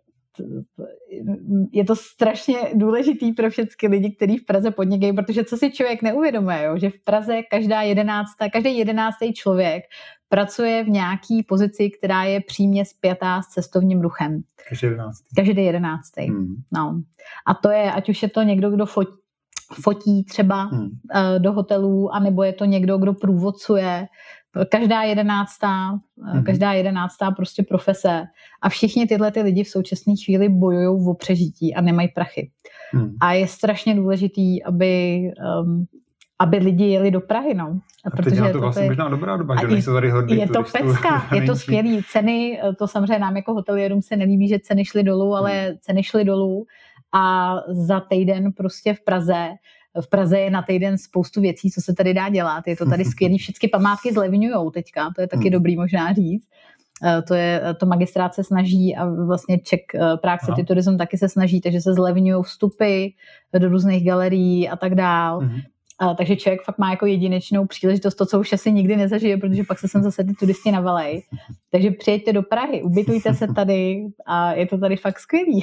je to strašně důležitý pro všechny lidi, kteří v Praze podnikají, protože co si člověk neuvědomuje, jo, že v Praze každá jedenáctá, každý jedenáctý člověk pracuje v nějaký pozici, která je přímě spjatá s cestovním ruchem. Každý jedenáctý. Každý jedenáctý. Hmm. No. A to je, ať už je to někdo, kdo fotí, fotí třeba hmm. uh, do hotelů, anebo je to někdo, kdo průvodcuje, každá jedenáctá, mm-hmm. každá jedenáctá prostě profese a všichni tyhle ty lidi v současné chvíli bojují o přežití a nemají prachy. Mm. A je strašně důležitý, aby, um, aby lidi jeli do Prahy, no. A protože teď je to vlastně možná dobrá doba, že nejsou tady hodně je to pecka, je to skvělý. Ceny, to samozřejmě nám jako hotelierům se nelíbí, že ceny šly dolů, ale hmm. ceny šly dolů a za týden prostě v Praze, v Praze je na týden spoustu věcí, co se tady dá dělat. Je to tady skvělý, všechny památky zlevňujou teďka, to je taky hmm. dobrý možná říct. To, je, to magistrát se snaží a vlastně Czech Prague City Tourism taky se snaží, takže se zlevňují vstupy do různých galerií a tak dál. Hmm. Uh, takže člověk fakt má jako jedinečnou příležitost, to, co už asi nikdy nezažije, protože pak se sem zase ty turisti navalej. Takže přijeďte do Prahy, ubytujte se tady a je to tady fakt skvělý.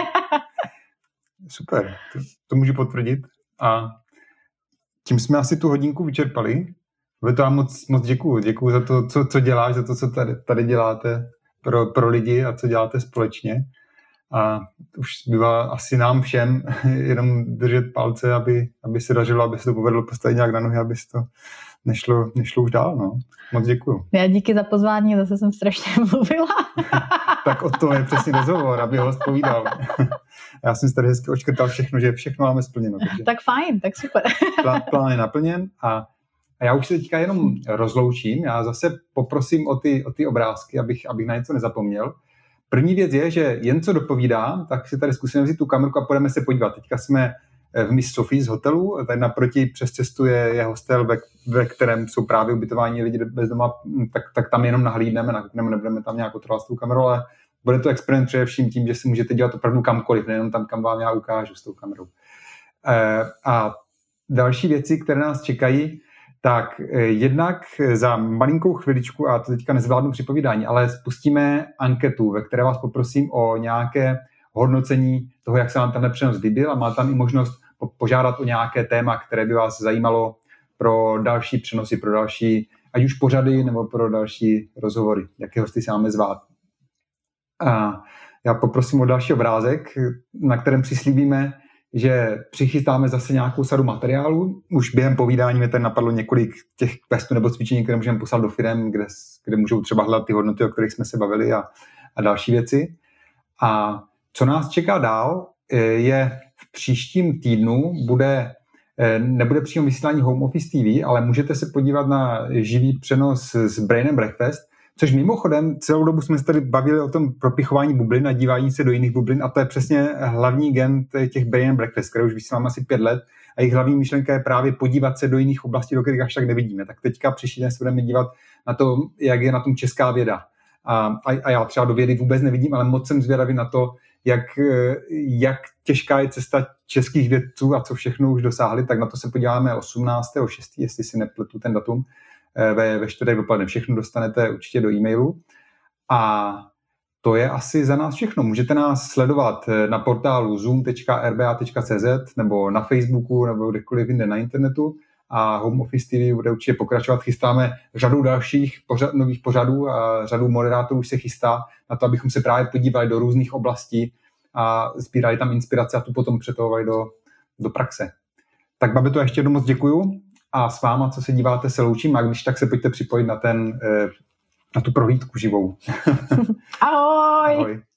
Super, to, to můžu potvrdit. A tím jsme asi tu hodinku vyčerpali. Vy to vám moc, moc děkuju. Děkuju za to, co, co děláš, za to, co tady, tady děláte pro, pro lidi a co děláte společně. A už zbývá asi nám všem jenom držet palce, aby, aby se dařilo, aby se to povedlo postavit nějak na nohy, aby se to nešlo, nešlo už dál. No. Moc děkuju. Já díky za pozvání, zase jsem strašně mluvila. Tak o tom je přesně rozhovor, aby host povídal. Já jsem si tady hezky očkrtal všechno, že všechno máme splněno. Takže tak fajn, tak super. Plán, plán je naplněn a, a já už se teďka jenom rozloučím. Já zase poprosím o ty, o ty obrázky, abych, abych na něco nezapomněl. První věc je, že jen co dopovídám, tak si tady zkusíme vzít tu kamerku a půjdeme se podívat. Teďka jsme v Miss Sophie z hotelu, tady naproti přes cestu je, je hostel, ve, ve kterém jsou právě ubytování lidi bez doma, tak, tak tam jenom nahlídneme, nakoukneme, nebudeme tam nějak otrvat s tou kamerou, ale bude to experiment především tím, že si můžete dělat opravdu kamkoliv, nejenom tam, kam vám já ukážu s tou kamerou. E, a další věci, které nás čekají, tak jednak za malinkou chviličku, a to teďka nezvládnu připovídání, ale spustíme anketu, ve které vás poprosím o nějaké hodnocení toho, jak se vám tenhle přenos líbil a má tam i možnost požádat o nějaké téma, které by vás zajímalo pro další přenosy, pro další, ať už pořady, nebo pro další rozhovory, jaké hosty se máme zvát. A já poprosím o další obrázek, na kterém přislíbíme, že přichystáme zase nějakou sadu materiálu. Už během povídání mi tady napadlo několik těch questů nebo cvičení, které můžeme poslat do firem, kde, kde můžou třeba hledat ty hodnoty, o kterých jsme se bavili a, a další věci. A co nás čeká dál, je v příštím týdnu bude, nebude přímo vysílání Home Office T V, ale můžete se podívat na živý přenos z Brain and Breakfast, což mimochodem celou dobu jsme se tady bavili o tom propichování bublin a dívání se do jiných bublin a to je přesně hlavní gen těch Brain and Breakfast, které už vysíláme asi pět let a jejich hlavní myšlenka je právě podívat se do jiných oblastí, do kterých až tak nevidíme. Tak teďka příští den se budeme dívat na to, jak je na tom česká věda. A, a, a já třeba do vědy vůbec nevidím, ale moc jsem zvědavý na to, jak, jak těžká je cesta českých vědců a co všechno už dosáhli, tak na to se podíváme osmnáctého šestého jestli si nepletu ten datum, ve, ve čtvrtek dopoledne. Všechno dostanete určitě do e-mailu. A to je asi za nás všechno. Můžete nás sledovat na portálu zoom tečka r b a tečka c z nebo na Facebooku nebo kdekoliv jinde na internetu a Home Office T V bude určitě pokračovat. Chystáme řadu dalších pořad, nových pořadů a řadu moderátorů už se chystá na to, abychom se právě podívali do různých oblastí a sbírali tam inspirace a tu potom přetahovali do, do praxe. Tak, Babito, ještě jednou moc děkuju a s váma, co se díváte, se loučím a když tak se pojďte připojit na, ten, na tu prohlídku živou. Ahoj! Ahoj.